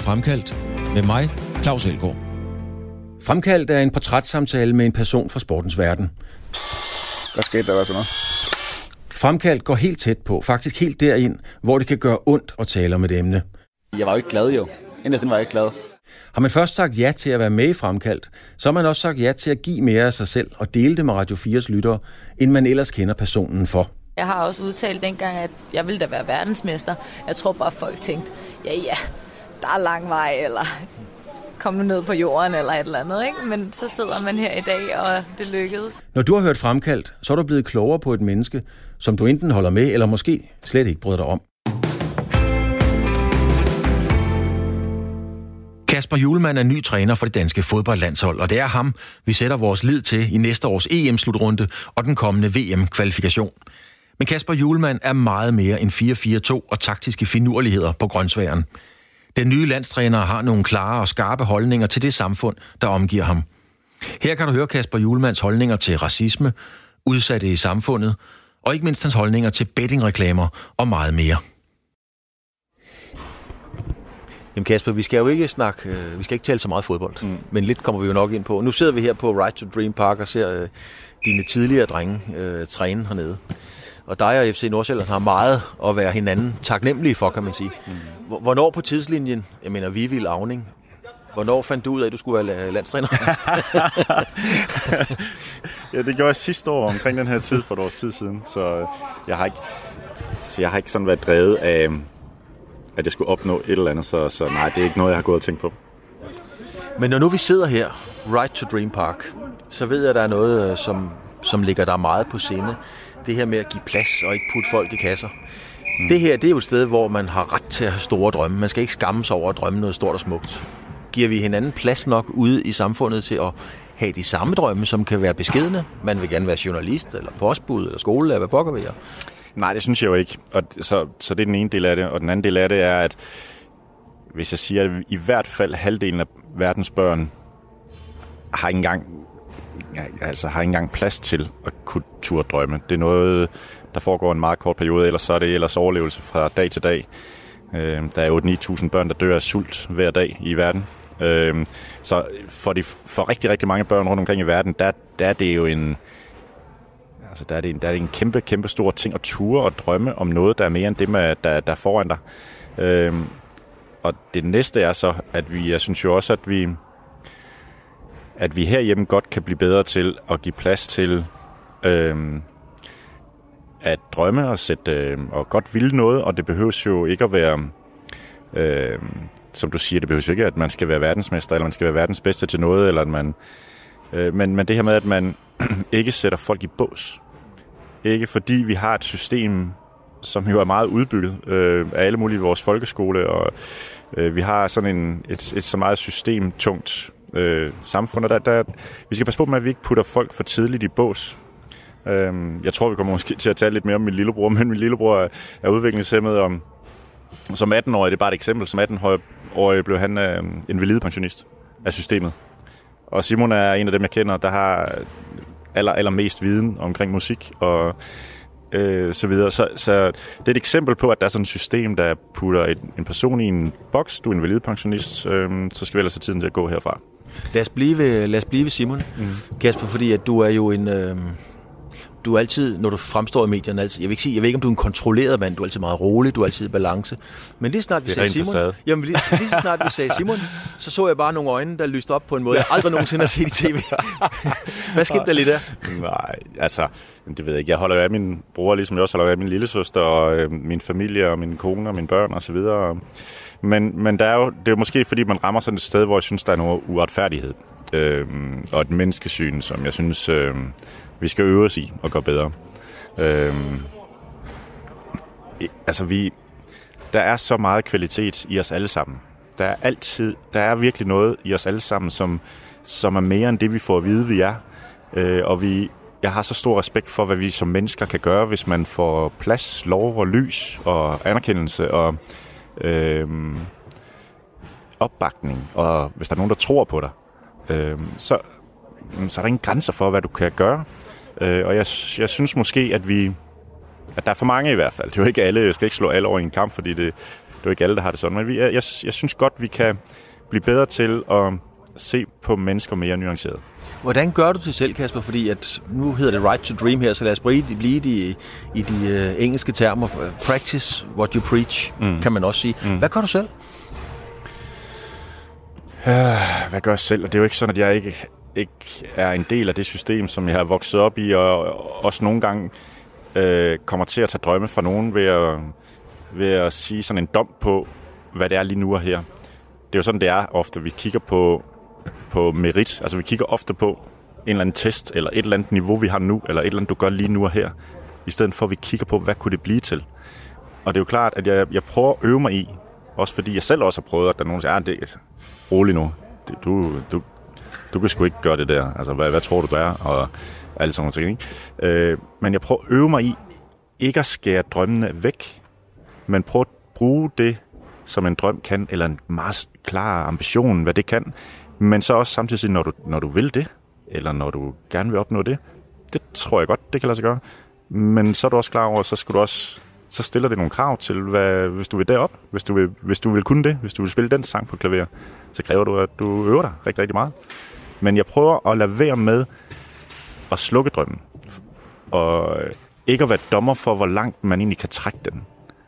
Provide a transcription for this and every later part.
Fremkaldt med mig, Claus Elgaard. Fremkaldt er en portrætsamtale med en person fra sportens verden. Hvad skete der sådan noget? Fremkaldt går helt tæt på, faktisk helt derind, hvor det kan gøre ondt at tale om et emne. Jeg var jo ikke glad, jo. Inderst var jeg ikke glad. Har man først sagt ja til at være med i Fremkaldt, så har man også sagt ja til at give mere af sig selv og dele det med Radio 4's lyttere, end man ellers kender personen for. Jeg har også udtalt dengang, at jeg ville da være verdensmester. Jeg tror bare, folk tænkte, ja, der er lang vej, eller kom nu ned på jorden, eller et eller andet, ikke? Men så sidder man her i dag, og det lykkedes. Når du har hørt Fremkaldt, så er du blevet klogere på et menneske, som du enten holder med, eller måske slet ikke bryder dig om. Kasper Hjulmand er ny træner for det danske fodboldlandshold, og det er ham, vi sætter vores lid til i næste års EM-slutrunde og den kommende VM-kvalifikation. Men Kasper Hjulmand er meget mere end 4-4-2 og taktiske finurligheder på grønsværen. Den nye landstræner har nogle klare og skarpe holdninger til det samfund, der omgiver ham. Her kan du høre Kasper Hjulmands holdninger til racisme, udsatte i samfundet, og ikke mindst hans holdninger til bettingreklamer og meget mere. Jamen Kasper, vi skal jo ikke tale så meget fodbold, men lidt kommer vi jo nok ind på. Nu sidder vi her på Right to Dream Park og ser dine tidligere drenge træne hernede. Og dig og FC Nordsjælland har meget at være hinanden taknemmelige for, kan man sige. Hvornår på tidslinjen, jeg mener Vivild Auning, hvornår fandt du ud af, at du skulle være landstræner? Ja, det gjorde jeg sidste år omkring den her tid for et års tid siden. Så jeg har ikke sådan været drevet af, at jeg skulle opnå et eller andet. Så nej, det er ikke noget, jeg har gået og tænkt på. Men når nu vi sidder her, Right to Dream Park, så ved jeg, at der er noget, som ligger der meget på sinde. Det her med at give plads og ikke putte folk i kasser. Det her, det er jo et sted, hvor man har ret til at have store drømme. Man skal ikke skamme sig over at drømme noget stort og smukt. Giver vi hinanden plads nok ude i samfundet til at have de samme drømme, som kan være beskedne? Man vil gerne være journalist, eller postbud, eller skolelærer, hvad pokker vil jeg? Nej, det synes jeg jo ikke. Og så det er den ene del af det. Og den anden del af det er, at hvis jeg siger, at i hvert fald halvdelen af verdens børn har ikke engang plads til at kunne turde drømme. Det er noget, der foregår en meget kort periode, ellers så er det ellers overlevelse fra dag til dag. Der er 8-9.000 børn, der dør af sult hver dag i verden. Så for rigtig, rigtig mange børn rundt omkring i verden, der er det jo en kæmpe, kæmpe stor ting at ture og drømme om noget, der er mere end det, der er foran dig. Og det næste er så, at jeg synes jo også, at vi herhjemme godt kan blive bedre til at give plads til at drømme og godt ville noget, og det behøves jo ikke at være, som du siger, det behøves jo ikke, at man skal være verdensmester, eller man skal være verdens bedste til noget, eller at man, men det her med, at man ikke sætter folk i bås. Ikke fordi vi har et system, som jo er meget udbygget af alle mulige i vores folkeskole, og vi har sådan et så meget systemtungt samfund, og vi skal passe på med, at vi ikke putter folk for tidligt i bås. Jeg tror, vi kommer måske til at tale lidt mere om min lillebror, men min lillebror er udviklingshæmmet som 18-årig, det er bare et eksempel, som 18-årig blev han invalidepensionist af systemet. Og Simon er en af dem, jeg kender, der har allermest viden omkring musik og så videre. Så det er et eksempel på, at der er sådan et system, der putter en person i en boks. Du er invalidepensionist, så skal vi ellers have tiden til at gå herfra. Lad os blive ved Simon, Kasper, fordi at du er jo du er altid, når du fremstår i medierne, altid, jeg ved ikke, om du er en kontrolleret mand, du er altid meget rolig, du er altid i balance. Men lige snart vi sagde Simon, lige så snart vi sagde Simon, så jeg bare nogle øjne, der lyste op på en måde, jeg aldrig nogensinde har set i tv. Hvad skete der lige der? Nej, altså, det ved jeg ikke. Jeg holder jo af min bror, ligesom jeg også holder af min lillesøster, og min familie, og min kone, og mine børn, og så videre. Men det er jo måske, fordi man rammer sådan et sted, hvor jeg synes, der er noget uretfærdighed. Og et menneskesyn, som jeg synes, vi skal øve os i og gøre bedre. Der er så meget kvalitet i os alle sammen. Der er virkelig noget i os alle sammen, som er mere end det, vi får at vide, vi er. Jeg har så stor respekt for, hvad vi som mennesker kan gøre, hvis man får plads, lov og lys og anerkendelse og opbakning. Og hvis der er nogen, der tror på dig, så er der ingen grænser for, hvad du kan gøre. Og jeg synes måske, at der er for mange i hvert fald. Det er jo ikke alle, jeg skal ikke slå alle over i en kamp, fordi jo ikke alle, der har det sådan. Men jeg synes godt, vi kan blive bedre til at se på mennesker mere nuanceret. Hvordan gør du det selv, Kasper? Fordi at nu hedder det Right to Dream her, så lad os blive i de engelske termer. Practice what you preach, kan man også sige. Hvad gør du selv? Hvad gør jeg selv? Og det er jo ikke sådan, at jeg ikke er en del af det system, som jeg har vokset op i, og også nogle gange kommer til at tage drømme fra nogen ved at sige sådan en dom på, hvad det er lige nu og her. Det er jo sådan, det er ofte. Vi kigger på merit. Altså vi kigger ofte på en eller anden test, eller et eller andet niveau, vi har nu, eller et eller andet, du gør lige nu og her, i stedet for, at vi kigger på, hvad kunne det blive til. Og det er jo klart, at jeg prøver at øve mig i, også fordi jeg selv også har prøvet, at der er nogen, der siger, det er rolig nu. Du kan sgu ikke gøre det der. Altså, hvad tror du er? Og alle sådan nogle ting, ikke? Men jeg prøver at øve mig i, ikke at skære drømmene væk, men prøve at bruge det, som en drøm kan, eller en meget klar ambition, hvad det kan. Men så også samtidig sige, når du vil det, eller når du gerne vil opnå det, det tror jeg godt, det kan lade sig gøre. Men så er du også klar over, så stiller det nogle krav til, hvis du vil derop, hvis du vil kunne det, hvis du vil spille den sang på klaver, så kræver du, at du øver dig rigtig, rigtig meget. Men jeg prøver at lade være med at slukke drømmen, og ikke at være dommer for, hvor langt man egentlig kan trække den.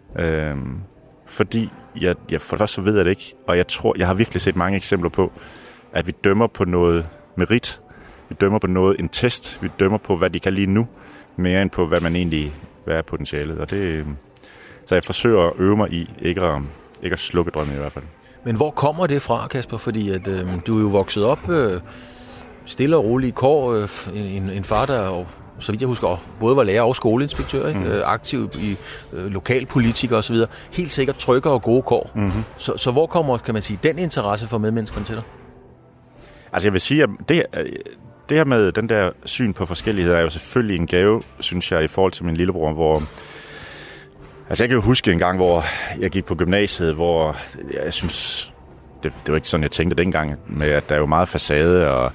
Fordi jeg for det første så ved jeg det ikke, og jeg har virkelig set mange eksempler på, at vi dømmer på noget merit, vi dømmer på noget, en test, vi dømmer på, hvad de kan lige nu, mere end på, hvad er potentialet. Og så jeg forsøger at øve mig i, ikke at slukke drømmen i hvert fald. Men hvor kommer det fra, Kasper? Fordi at, du er jo vokset op stille og roligt i kår, en far, der så vidt jeg husker, både var lærer og skoleinspektør, ikke? Aktiv i lokalpolitiker osv. Helt sikkert trygge og gode kår. Så hvor kommer, kan man sige, den interesse for medmenneskerne til dig? Altså jeg vil sige, at det her med den der syn på forskellighed er jo selvfølgelig en gave, synes jeg, i forhold til min lillebror, hvor... Altså jeg kan jo huske en gang, hvor jeg gik på gymnasiet, hvor jeg synes... Det var ikke sådan, jeg tænkte dengang, med at der er jo meget facade, og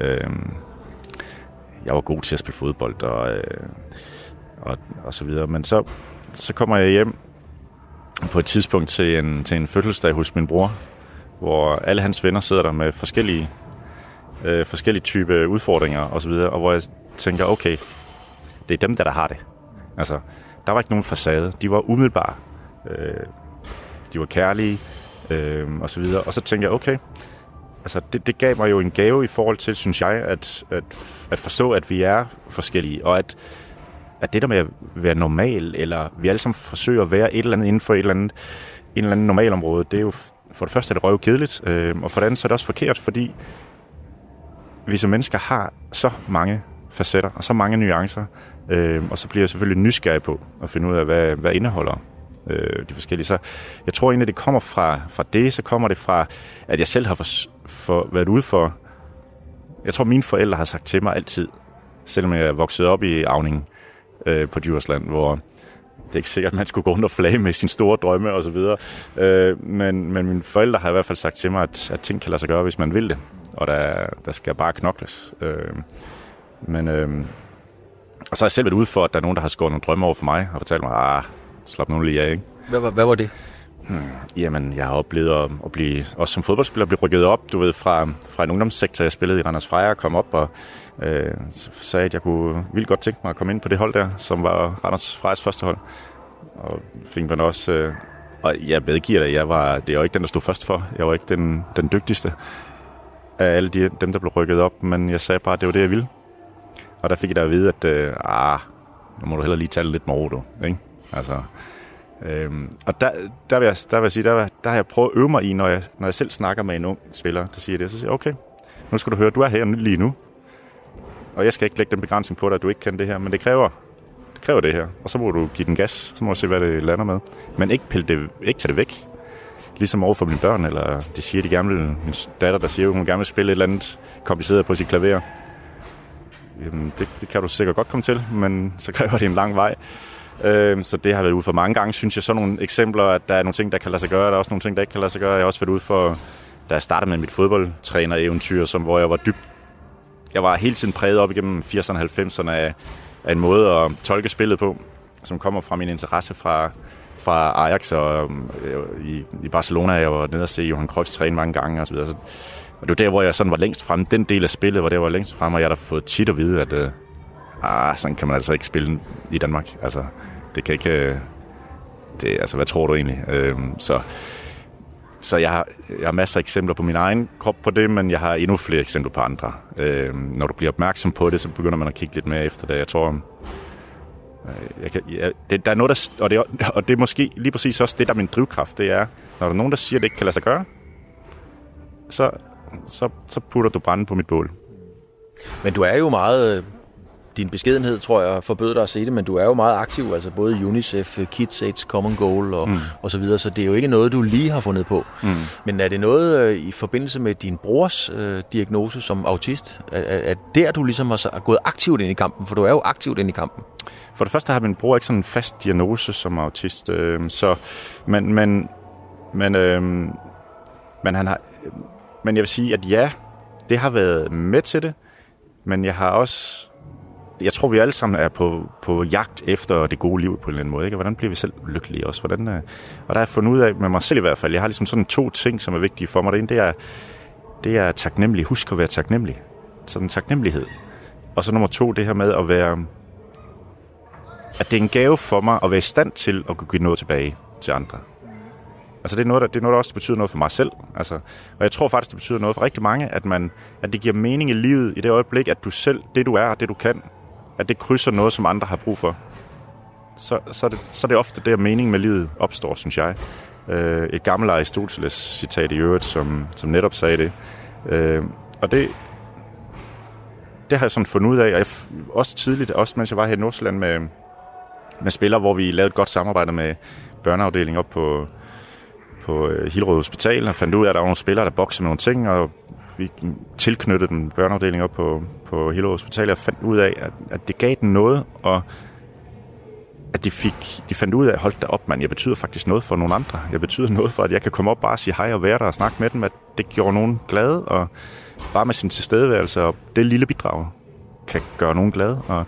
jeg var god til at spille fodbold, og så videre. Men så kommer jeg hjem på et tidspunkt til en fødselsdag hos min bror, hvor alle hans venner sidder der med forskellige typer udfordringer og så videre, og hvor jeg tænker, okay, det er dem, der har det. Altså, der var ikke nogen facade. De var umiddelbare. De var kærlige, og så videre. Og så tænker jeg, okay, altså det gav mig jo en gave i forhold til, synes jeg, at forstå, at vi er forskellige, og at det der med at være normal, eller vi alle sammen forsøger at være et eller andet inden for en eller anden normalområde, det er jo for det første er det røvkedeligt, og for det andet så er det også forkert, fordi vi som mennesker har så mange facetter og så mange nuancer, og så bliver jeg selvfølgelig nysgerrig på at finde ud af, hvad indeholder de forskellige. Så jeg tror egentlig, det kommer fra det, så kommer det fra, at jeg selv har været ude for... Jeg tror, mine forældre har sagt til mig altid, selvom jeg er vokset op i Auning på Djursland, hvor det er ikke sikkert, at man skulle gå rundt og flage med sine store drømme og så videre. Men mine forældre har i hvert fald sagt til mig, at ting kan lade sig gøre, hvis man vil det. Og der skal bare knokles. Og så har jeg selv været ude for, at der er nogen, der har skåret nogle drømme over for mig, og fortalt mig, slap nu lige af, ikke? Hvad var det? Jamen, jeg har oplevet at blive, også som fodboldspiller, blive rykket op, du ved, fra en ungdomssektor, jeg spillede i Randers Freja, kom op og sagde, at jeg kunne vildt godt tænke mig at komme ind på det hold der, som var Randers Frejas første hold. Og fik man også... og jeg medgiver dig, det er jo ikke den, der stod først for. Jeg var ikke den dygtigste af alle dem, der blev rykket op, men jeg sagde bare, at det var det, jeg ville. Og der fik jeg da at vide, at nu må du hellere lige tage det lidt med ro, du, ikke? Altså... og der vil jeg sige, der har jeg prøvet at øve mig i, når jeg selv snakker med en ung spiller, der siger det, så siger jeg, okay, nu skal du høre, du er her lige nu, og jeg skal ikke lægge den begrænsning på dig, at du ikke kan det her, men det kræver det her, og så må du give den gas, så må du se, hvad det lander med, men ikke tage det væk, ligesom over for mine børn, eller de siger, de gerne vil, min datter, der siger, hun gerne vil spille et eller andet kompliceret på sit klaver. Jamen, det kan du sikkert godt komme til, men så kræver det en lang vej. Så det har været ude for mange gange, synes jeg, sådan nogle eksempler, at der er nogle ting, der kan lade sig gøre, der er også nogle ting, der ikke kan lade sig gøre. Jeg har også været ude for, da jeg startede med mit fodboldtræner-eventyr, hvor jeg var hele tiden præget op igennem 80'erne og 90'erne af en måde at tolke spillet på, som kommer fra min interesse fra fra Ajax og i Barcelona, jeg var nede og se Johan Cruyff træne mange gange og så videre. Og det var der, hvor jeg sådan var længst fremme. Den del af spillet, hvor det var længst fremme, og jeg har da fået tit at vide, at sådan kan man altså ikke spille i Danmark. Altså, det kan ikke... hvad tror du egentlig? Så jeg har masser af eksempler på min egen krop på det, men jeg har endnu flere eksempler på andre. Når du bliver opmærksom på det, så begynder man at kigge lidt mere efter det. Jeg tror, der er noget, og det er måske lige præcis også det, der er min drivkraft. Det er, når der er nogen, der siger, at det ikke kan lade sig gøre, så putter du branden på mit bål. Men du er jo meget... Din beskedenhed, tror jeg, forbød dig at se det, men du er jo meget aktiv, altså både UNICEF, Kids AIDS Common Goal og så videre, så det er jo ikke noget, du lige har fundet på. Men er det noget i forbindelse med din brors diagnose som autist, at der du ligesom har gået aktivt ind i kampen, for du er jo aktivt ind i kampen? For det første har min bror ikke sådan en fast diagnose som autist, men han har, men jeg vil sige, at ja, det har været med til det, men jeg tror, vi alle sammen er på jagt efter det gode liv på en eller anden måde. Ikke? Hvordan bliver vi selv lykkelige også? Og der har jeg fundet ud af, med mig selv i hvert fald, jeg har ligesom sådan 2 ting, som er vigtige for mig. Det ene, det er taknemmelig. Husk at være taknemmelig. Sådan en taknemmelighed. Og så nummer 2, det her med at være... At det er en gave for mig at være i stand til at kunne give noget tilbage til andre. Altså det er noget, der også betyder noget for mig selv. Altså, og jeg tror faktisk, det betyder noget for rigtig mange, at det giver mening i livet i det øjeblik, at du selv, det du er og det du kan, at det krydser noget, som andre har brug for. Så er det ofte der mening med livet opstår, synes jeg. Et gammelt Aristoteles citat i øvrigt, som netop sagde det. Og det har jeg sådan fundet ud af, og også tidligt, også mens jeg var her i Nordsjælland med spillere, hvor vi lavede et godt samarbejde med børneafdelingen op på Hillerød Hospital, og fandt ud af, at der var nogle spillere, der boksede med nogle ting, og vi tilknyttede den børneafdeling op på Hillerød Hospital, og fandt ud af, at det gav den noget, og at de fandt ud af, hold da op, mand, jeg betyder faktisk noget for nogle andre. Jeg betyder noget for, at jeg kan komme op bare og sige hej og være der og snakke med dem, at det gjorde nogen glade, og bare med sin tilstedeværelse, og det lille bidrag kan gøre nogen glade. Og,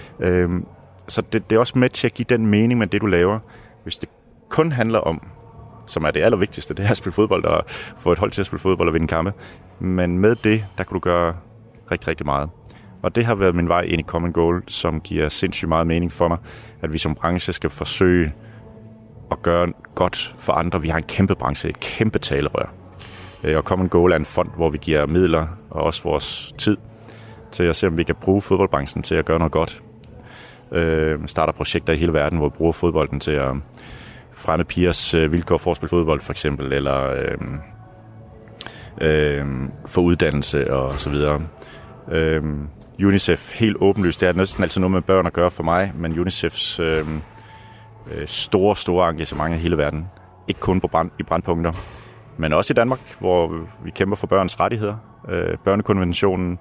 så det er også med til at give den mening med det, du laver. Hvis det kun handler om, som er det allervigtigste, det er at spille fodbold og få et hold til at spille fodbold og vinde kampe. Men med det, der kan du gøre rigtig, rigtig meget. Og det har været min vej ind i Common Goal, som giver sindssygt meget mening for mig, at vi som branche skal forsøge at gøre godt for andre. Vi har en kæmpe branche, et kæmpe talerør. Og Common Goal er en fond, hvor vi giver midler og også vores tid til at se, om vi kan bruge fodboldbranchen til at gøre noget godt. Starter projekter i hele verden, hvor vi bruger fodbolden til at fremme pigers vilkår for at spille fodbold, for eksempel, eller få uddannelse og så videre. UNICEF, helt åbenlyst, det er næsten altid noget med børn at gøre for mig, men UNICEFs store engagement i hele verden. Ikke kun i brandpunkter, men også i Danmark, hvor vi kæmper for børns rettigheder, børnekonventionen,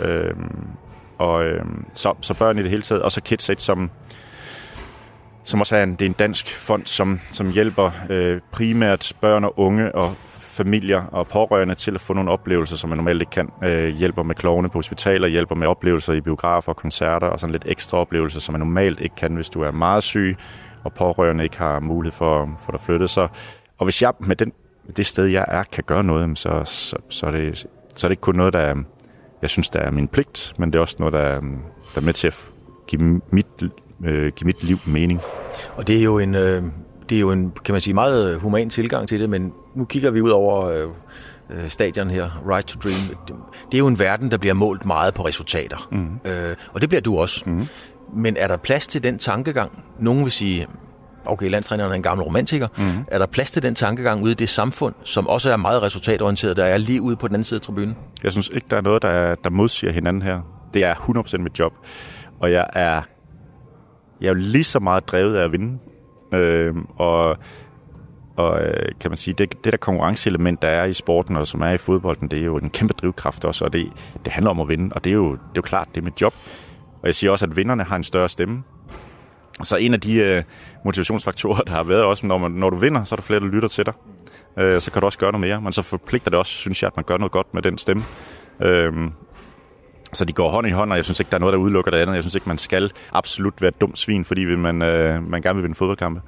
så børn i det hele taget, og så Kids AIDS, som også det er en dansk fond, som hjælper primært børn og unge og familier og pårørende til at få nogle oplevelser, som man normalt ikke kan. Hjælper med klovne på hospitaler, hjælper med oplevelser i biografer og koncerter, og sådan lidt ekstra oplevelser, som man normalt ikke kan, hvis du er meget syg, og pårørende ikke har mulighed for at få dig flyttet. Og hvis jeg med det sted, jeg er, kan gøre noget, så er det ikke kun noget, der jeg synes, der er min pligt, men det er også noget, der er med til at give mit liv mening. Og det er jo en, kan man sige, meget human tilgang til det, men nu kigger vi ud over stadion her, Right to Dream. Det er jo en verden, der bliver målt meget på resultater. Og det bliver du også. Men er der plads til den tankegang? Nogen vil sige, okay, landstræneren er en gammel romantiker. Er der plads til den tankegang ude i det samfund, som også er meget resultatorienteret, der er lige ude på den anden side af tribunen? Jeg synes ikke, der er noget, der modsiger hinanden her. Det er 100% mit job. Og jeg er jo lige så meget drevet af at vinde. Og kan man sige, det der konkurrenceelement, der er i sporten og som er i fodbolden, det er jo en kæmpe drivkraft også, og det handler om at vinde, og det er jo klart, det er mit job. Og jeg siger også, at vinderne har en større stemme. Så en af de motivationsfaktorer, der har været også, når du vinder, så er der flere, der lytter til dig. Så kan du også gøre noget mere, men så forpligter det også, synes jeg, at man gør noget godt med den stemme. Så de går hånd i hånd, og jeg synes ikke, der er noget, der udelukker det andet. Jeg synes ikke, man skal absolut være et dumt svin, fordi man gerne vil vinde fodboldkampe.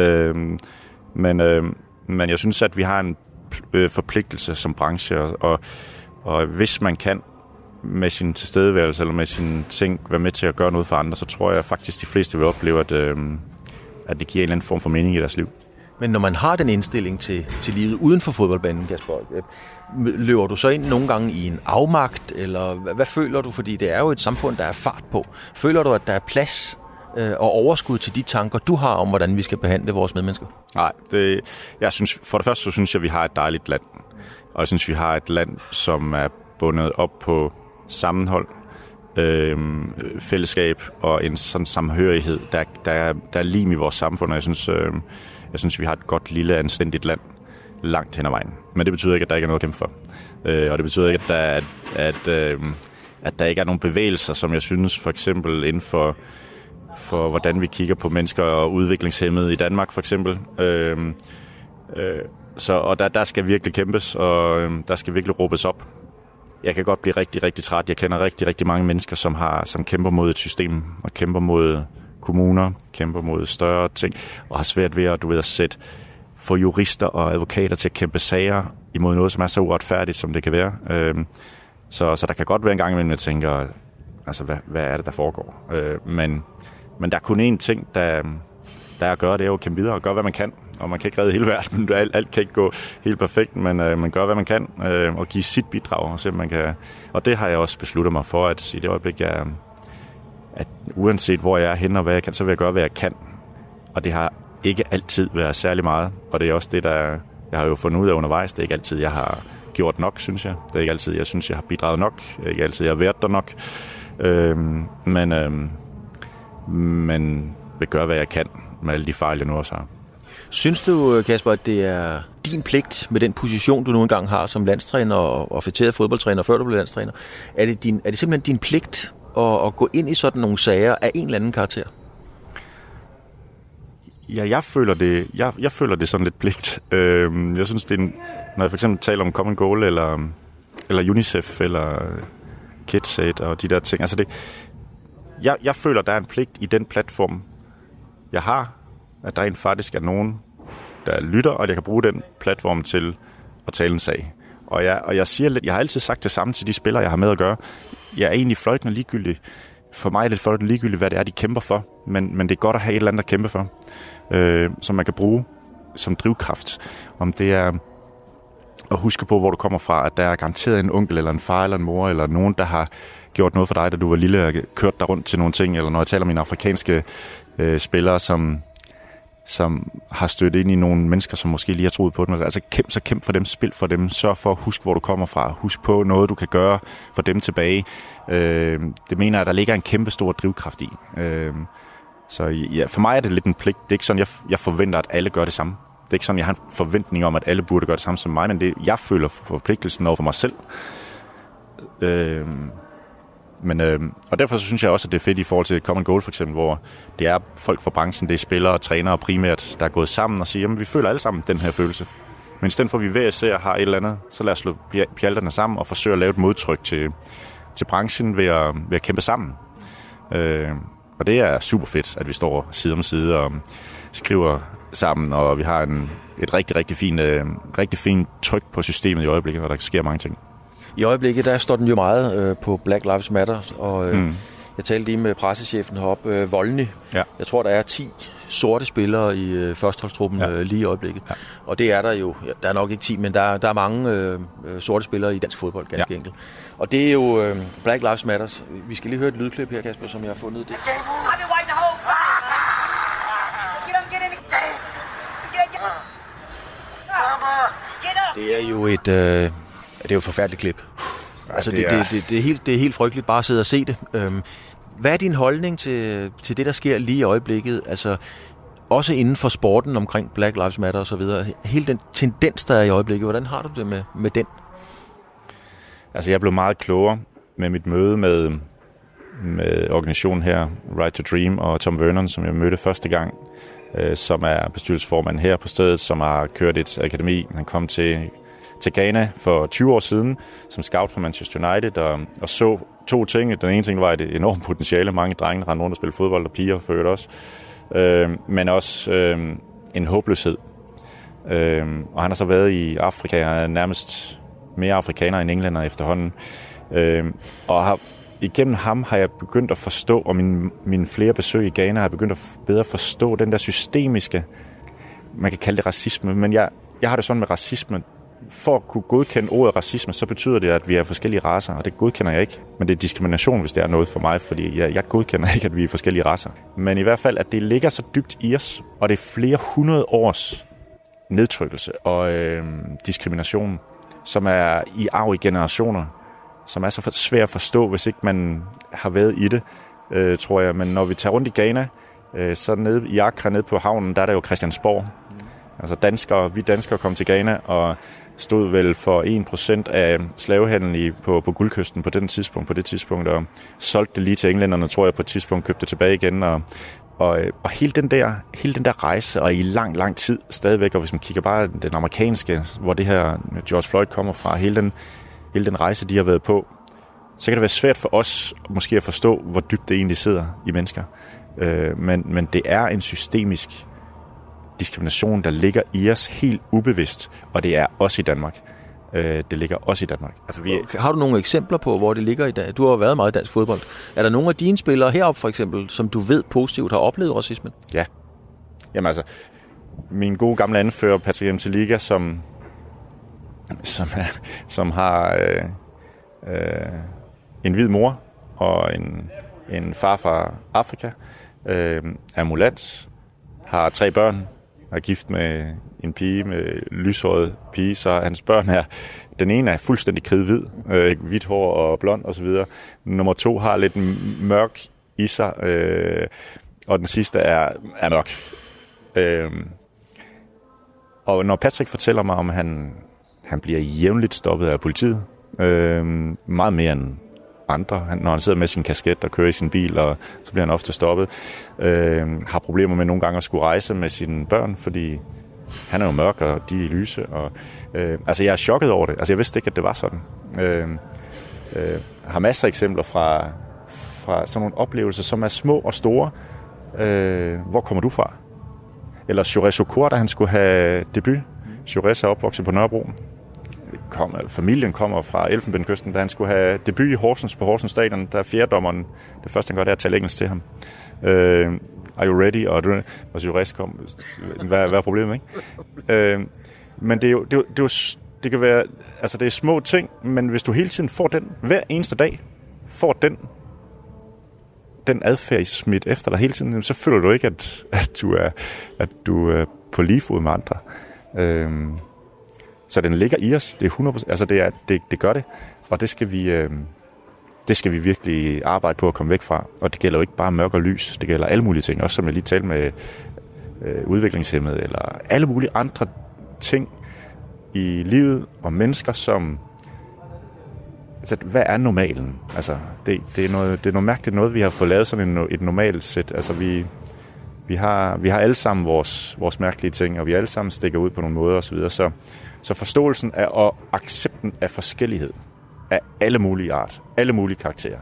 Men jeg synes, at vi har en forpligtelse som branche, og hvis man kan med sin tilstedeværelse eller med sine ting være med til at gøre noget for andre, så tror jeg faktisk, de fleste vil opleve, at det giver en eller anden form for mening i deres liv. Men når man har den indstilling til livet uden for fodboldbanen, Kasper, løber du så ind nogle gange i en afmagt, eller hvad føler du? Fordi det er jo et samfund, der er fart på. Føler du, at der er plads og overskud til de tanker, du har om, hvordan vi skal behandle vores medmennesker? Nej, for det første så synes jeg, at vi har et dejligt land. Og jeg synes, vi har et land, som er bundet op på sammenhold, fællesskab og en sådan samhørighed, der er lim i vores samfund. Og jeg synes, vi har et godt, lille, anstændigt land langt hen ad vejen. Men det betyder ikke, at der ikke er noget at kæmpe for. Og det betyder ikke, at der ikke er nogen bevægelser, som jeg synes for eksempel inden for hvordan vi kigger på mennesker og udviklingshæmmede i Danmark for eksempel. Og der skal virkelig kæmpes, og der skal virkelig råbes op. Jeg kan godt blive rigtig, rigtig træt. Jeg kender rigtig, rigtig mange mennesker, som kæmper mod et system, og kæmper mod kommuner, kæmper mod større ting, og har svært ved at få jurister og advokater til at kæmpe sager imod noget, som er så uretfærdigt, som det kan være. Så der kan godt være en gang imellem, jeg tænker, altså, hvad er det, der foregår? Men der er kun én ting, der er at gøre, det er jo at kæmpe videre og gøre, hvad man kan. Og man kan ikke redde hele verden, alt kan ikke gå helt perfekt, men man gør, hvad man kan, og give sit bidrag, og se, man kan. Og det har jeg også besluttet mig for, at i det øjeblik, at uanset hvor jeg er henne og hvad jeg kan, så vil jeg gøre, hvad jeg kan. Og det har ikke altid været særlig meget, og det er også det, jeg har jo fundet ud af undervejs. Det er ikke altid, jeg har gjort nok, synes jeg. Det er ikke altid, jeg synes, jeg har bidraget nok. Det er ikke altid, jeg har været der nok. Men vil gøre, hvad jeg kan med alle de fejl, jeg nu også har. Synes du, Kasper, at det er din pligt med den position, du nu engang har som landstræner og fætteret fodboldtræner, før du blev landstræner? Er det simpelthen din pligt at gå ind i sådan nogle sager af en eller anden karakter? Ja, jeg føler det sådan lidt pligt. Jeg synes, det er når jeg for eksempel taler om Common Goal, eller UNICEF, eller KidsAid og de der ting. Altså jeg føler, der er en pligt i den platform, jeg har, at der faktisk er nogen, der lytter, og jeg kan bruge den platform til at tale en sag. Og jeg siger lidt, jeg har altid sagt det samme til de spillere, jeg har med at gøre. Jeg er egentlig fløjtende ligegyldig. For mig er det fløjtende ligegyldigt, hvad det er, de kæmper for. Men det er godt at have et eller andet at kæmpe for, som man kan bruge som drivkraft. Om det er at huske på, hvor du kommer fra, at der er garanteret en onkel, eller en far, eller en mor, eller nogen, der har gjort noget for dig, da du var lille og kørt dig rundt til nogle ting. Eller når jeg taler om mine afrikanske spillere, som har støttet ind i nogle mennesker, som måske lige har troet på dem. Altså kæmp for dem, spil for dem, sørg for at huske, hvor du kommer fra. Husk på noget, du kan gøre for dem tilbage. Det mener jeg, der ligger en kæmpe stor drivkraft i. Så ja, for mig er det lidt en pligt. Det er ikke sådan, jeg forventer, at alle gør det samme. Det er ikke sådan, jeg har en forventning om, at alle burde gøre det samme som mig, men jeg føler forpligtelsen over for mig selv. Og derfor så synes jeg også, at det er fedt i forhold til Common Goal for eksempel, hvor det er folk fra branchen, det er spillere og trænere primært, der er gået sammen og siger, at vi føler alle sammen den her følelse. Men i stedet for, at vi hver især har et eller andet, så lad os slå pjalterne sammen og forsøge at lave et modtryk til branchen ved at kæmpe sammen. Og det er super fedt, at vi står side om side og skriver sammen, og vi har et rigtig fint tryk på systemet i øjeblikket, hvor der sker mange ting. I øjeblikket, der står den jo meget på Black Lives Matter, og jeg talte lige med pressechefen heroppe, Volny. Ja. Jeg tror, der er 10 sorte spillere i førsteholdstruppen lige i øjeblikket. Ja. Og det er der jo, der er nok ikke 10, men der er mange sorte spillere i dansk fodbold, ganske enkelt. Og det er jo Black Lives Matter. Vi skal lige høre et lydklip her, Kasper, som jeg har fundet det. Det er jo et forfærdeligt klip. Altså, det er helt frygteligt bare at sidde og se det. Hvad er din holdning til det, der sker lige i øjeblikket? Altså, også inden for sporten omkring Black Lives Matter og så videre. Hele den tendens, der er i øjeblikket, hvordan har du det med den? Altså, jeg blev meget klogere med mit møde med organisationen her, Right to Dream, og Tom Vernon, som jeg mødte første gang, som er bestyrelsesformand her på stedet, som har kørt et akademi. Han kom til til Ghana for 20 år siden som scout for Manchester United og så 2 ting. Den ene ting var et enormt potentiale. Mange drenge rendte rundt og spille fodbold, og piger for øvrigt også. Men også en håbløshed. Og han har så været i Afrika, nærmest mere afrikaner end englænder efterhånden. Og igennem ham har jeg begyndt at forstå, og mine flere besøg i Ghana har jeg begyndt at bedre forstå den der systemiske, man kan kalde det racisme, men jeg har det sådan med racisme. For at kunne godkende ordet racisme, så betyder det, at vi er forskellige racer, og det godkender jeg ikke. Men det er diskrimination, hvis det er noget for mig, fordi jeg godkender ikke, at vi er forskellige racer. Men i hvert fald, at det ligger så dybt i os, og det er flere 100 års nedtrykkelse og diskrimination, som er i arv i generationer, som er så svært at forstå, hvis ikke man har været i det, tror jeg. Men når vi tager rundt i Ghana, så nede i Accra, nede på havnen, der er der jo Christiansborg. Altså vi danskere kom til Ghana og stod vel for 1% af slavehandlen på Guldkysten på det tidspunkt, og solgte det lige til englænderne, tror jeg, på et tidspunkt, købte det tilbage igen, og hele den der rejse, og i lang tid stadigvæk, og hvis man kigger bare den amerikanske, hvor det her George Floyd kommer fra, hele den rejse, de har været på, så kan det være svært for os måske at forstå, hvor dybt det egentlig sidder i mennesker. Men det er en systemisk diskrimination, der ligger i os helt ubevidst, og det er også i Danmark. Det ligger også i Danmark. Altså, Har du nogle eksempler på, hvor det ligger i dag? Du har været meget i dansk fodbold. Er der nogle af dine spillere heroppe for eksempel, som du ved positivt har oplevet racismen? Ja. Jamen altså, min gode gamle anfører, Patrick Mtiliga, som har en hvid mor og en far fra Afrika, er mulats, har 3 børn, er gift med en pige med lyshåret pige, så hans børn den ene er fuldstændig kridhvid, hvidt hår og blond osv. Nummer 2 har lidt mørk i sig, og den sidste er mørk. Og når Patrick fortæller mig om, han bliver jævnligt stoppet af politiet, meget mere end andre, når han sidder med sin kasket og kører i sin bil, og så bliver han ofte stoppet, har problemer med nogle gange at skulle rejse med sine børn, fordi han er jo mørk, og de er lyse. Og, altså, jeg er chokket over det. Altså, jeg vidste ikke, at det var sådan. Har masser af eksempler fra sådan nogle oplevelser, som er små og store. Hvor kommer du fra? Eller Jurez Okour, da han skulle have debut. Jurez er opvokset på Nørrebro. Familien kommer fra Elfenbenskysten, da han skulle have debut i Horsens på Horsens Stadion. Der er fjerdommeren. Det første, han gør, det er at tale engelsk til ham. Are you ready? Og Jurez kom. Hvad er problemet, ikke? Men det kan være, altså det er små ting, men hvis du hele tiden får den, hver eneste dag, får den adfærd smidt efter dig hele tiden, så føler du ikke, at du er på lige fod med andre. Så den ligger i os. Det er 100%. Altså det gør det, og det skal vi virkelig arbejde på at komme væk fra. Og det gælder jo ikke bare mørk og lys. Det gælder alle mulige ting. Også som jeg lige talte med udviklingshæmmede, eller alle mulige andre ting i livet og mennesker, som... Altså, hvad er normalen? Altså, det er noget mærkeligt noget, vi har fået lavet sådan et normalt sæt. Altså, vi har alle sammen vores mærkelige ting, og vi alle sammen stikker ud på nogle måder osv. Så forståelsen af og accepten af forskellighed af alle mulige art, alle mulige karakterer,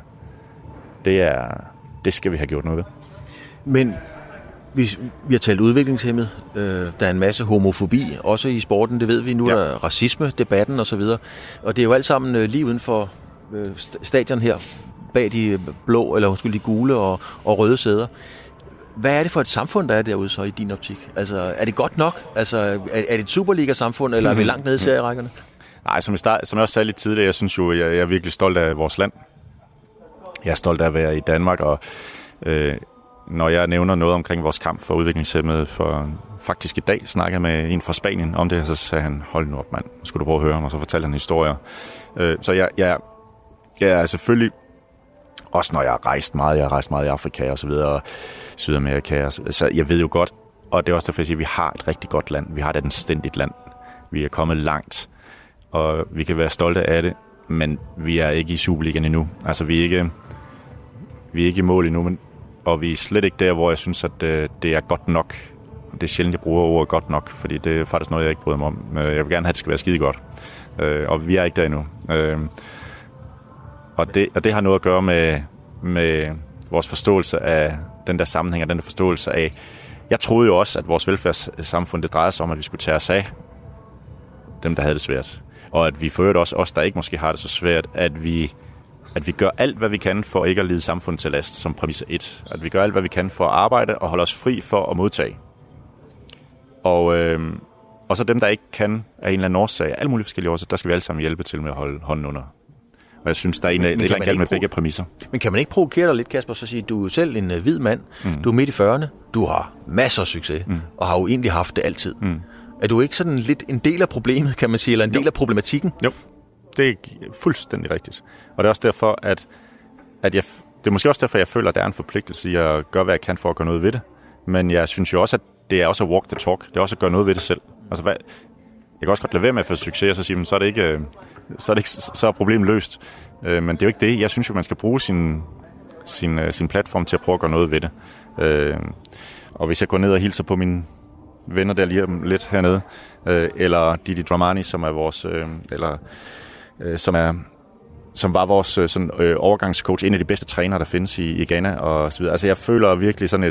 det skal vi have gjort noget ved. Men vi har talt udviklingshæmmet. Der er en masse homofobi, også i sporten, det ved vi. Nu er der racisme, debatten osv. Og det er jo alt sammen lige uden for stadion her, bag de blå, eller de gule og røde sæder. Hvad er det for et samfund, der er derude så i din optik? Altså, er det godt nok? Altså, er det et Superliga-samfund, eller er vi langt nede i serierækkerne? Nej, som jeg også sagde lidt tidligere, jeg synes jo, jeg er virkelig stolt af vores land. Jeg er stolt af at være i Danmark, og når jeg nævner noget omkring vores kamp for udviklingshæmmede, for faktisk i dag snakkede jeg med en fra Spanien om det, og så sagde han, hold nu op mand, skulle du prøve at høre ham, og så fortalte han historier. Så jeg er selvfølgelig, også når jeg har rejst meget i Afrika og så videre, Sydamerika, og så jeg ved jo godt, og det er også derfor, jeg siger, at vi har et rigtig godt land, vi har et anstændigt land, vi er kommet langt, og vi kan være stolte af det, men vi er ikke i Superligaen endnu. Altså vi er ikke i mål endnu, og vi er slet ikke der, hvor jeg synes, at det er godt nok. Det er sjældent, jeg bruger ordet godt nok, fordi det er faktisk noget, jeg ikke bryder mig om. Jeg vil gerne have, at det skal være skide godt. Og vi er ikke der endnu. Og det har noget at gøre med vores forståelse af den der sammenhæng, og den der forståelse af... Jeg troede jo også, at vores velfærdssamfund, det drejede sig om, at vi skulle tage os af dem, der havde det svært. Og at vi forøvrigt også os, der ikke måske har det så svært, at vi gør alt, hvad vi kan for ikke at lide samfundet til last, som præmis 1. At vi gør alt, hvad vi kan for at arbejde og holde os fri for at modtage. Og så dem, der ikke kan af en eller anden årsag, alle mulige forskellige årsager, der skal vi alle sammen hjælpe til med at holde hånden under. Og jeg synes, der er en eller anden med begge præmisser. Men kan man ikke provokere dig lidt, Kasper, så sige, du er selv en hvid mand, du er midt i 40'erne, du har masser af succes, og har jo egentlig haft det altid. Er du ikke sådan lidt en del af problemet, kan man sige, eller en del af problematikken? Jo, det er fuldstændig rigtigt. Og det er også derfor, at det er måske også derfor, jeg føler, at der er en forpligtelse i at gøre, hvad jeg kan for at gøre noget ved det. Men jeg synes jo også, at det er også at walk the talk. Det er også at gøre noget ved det selv. Altså, jeg kan også godt lade være med at få succes, og så sige, men så er problemet løst. Men det er jo ikke det. Jeg synes jo, man skal bruge sin platform til at prøve at gøre noget ved det. Og hvis jeg går ned og hilser på mine venner der lige om lidt hernede, eller Didi Dramani, som er vores, som var vores overgangscoach, en af de bedste trænere, der findes i Ghana og så videre. Altså, jeg føler virkelig sådan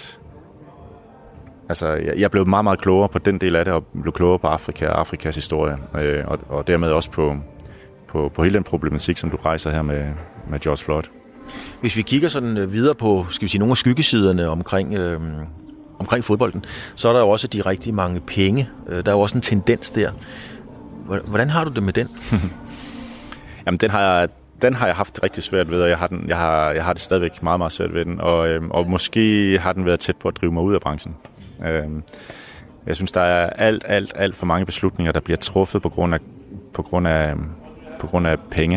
jeg er blevet meget, meget klogere på den del af det, og blev klogere på Afrika og Afrikas historie, og dermed også på hele den problematik, som du rejser her med George Floyd. Hvis vi kigger sådan videre på, skal vi sige, nogle af skyggesiderne omkring fodbolden, så er der jo også de rigtig mange penge. Der er jo også en tendens der. Hvordan har du det med den? Jamen, den har jeg haft rigtig svært ved, og jeg har det stadigvæk meget, meget svært ved den, og måske har den været tæt på at drive mig ud af branchen. Jeg synes, der er alt for mange beslutninger, der bliver truffet på grund af penge.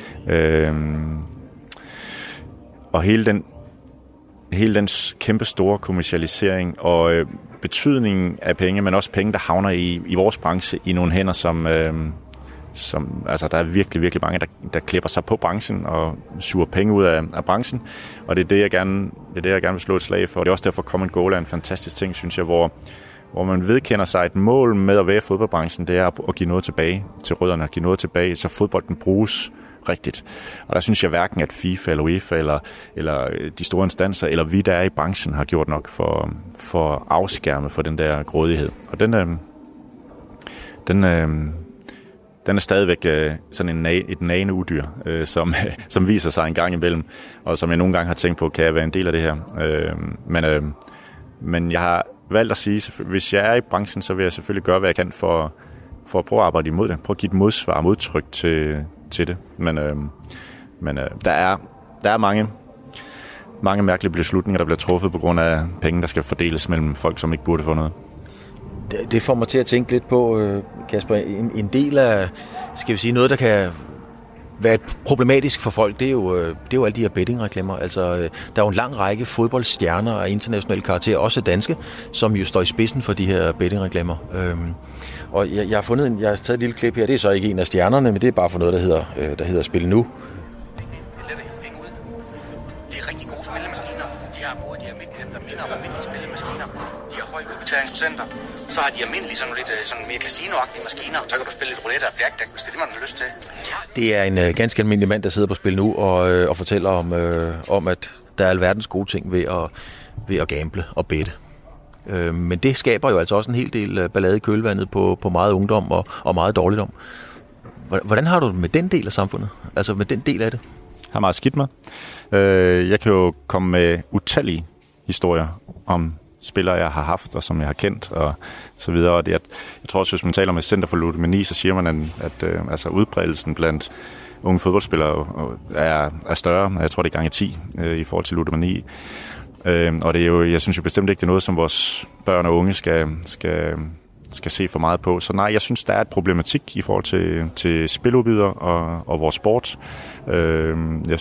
Og hele den kæmpe store kommercialisering og betydningen af penge, men også penge, der havner i vores branche i nogle hænder, som altså der er virkelig, virkelig mange, der klipper sig på branchen og suger penge ud af branchen. Og det er det, jeg gerne vil slå et slag for. Og det er også derfor, Common Goal er en fantastisk ting, synes jeg, hvor man vedkender sig et mål med at være i fodboldbranchen, det er at give noget tilbage til rødderne, at give noget tilbage, så fodbolden bruges rigtigt. Og der synes jeg hverken, at FIFA eller UEFA eller de store instanser, eller vi, der er i branchen, har gjort nok for at afskærme for den der grådighed. Og den er stadigvæk sådan et nagende udyr, som viser sig en gang imellem, og som jeg nogle gange har tænkt på, kan jeg være en del af det her. Men jeg har valgt at sige, hvis jeg er i branchen, så vil jeg selvfølgelig gøre, hvad jeg kan for at prøve at arbejde imod det. Prøve at give et modsvar, modtryk til det. Men der er mange mærkelige beslutninger, der bliver truffet på grund af penge, der skal fordeles mellem folk, som ikke burde få noget. Det får mig til at tænke lidt på, Kasper, en del af, skal vi sige, noget, der kan være problematisk for folk, det er jo alle de her bettingreklamer. Altså, der er jo en lang række fodboldstjerner af internationale karakterer, også danske, som jo står i spidsen for de her bettingreklamer. Og jeg har taget et lille klip her, det er så ikke en af stjernerne, men det er bare for noget, der hedder Spil Nu. Det er rigtig gode spillemaskiner. De har både de almindelige, der minder om almindelige spillemaskiner. De har høje udbetalingsprocenter. Så har de almindelige, sådan lidt sådan mere casino-agtige maskiner. Så kan du spille lidt roulette og blackjack, hvis det er det, man har lyst til. Det er en ganske almindelig mand, der sidder på Spil Nu og fortæller om, at der er alverdens gode ting ved at gamble og bette. Men det skaber jo altså også en hel del ballade i kølvandet på meget ungdom og meget dårligdom. Hvordan har du det med den del af samfundet? Altså med den del af det? Jeg har meget skidt med. Jeg kan jo komme med utallige historier om spillere, jeg har haft, og som jeg har kendt, og så videre. Og jeg tror også, hvis man taler med Center for Ludomani, så siger man, at altså udbredelsen blandt unge fodboldspillere er større. Jeg tror, det er gange 10 i forhold til ludomani. Og det er jo, jeg synes jo bestemt ikke, det er noget, som vores børn og unge skal se for meget på. Så nej, jeg synes, der er et problematik i forhold til spiludbydere og vores sport. Jeg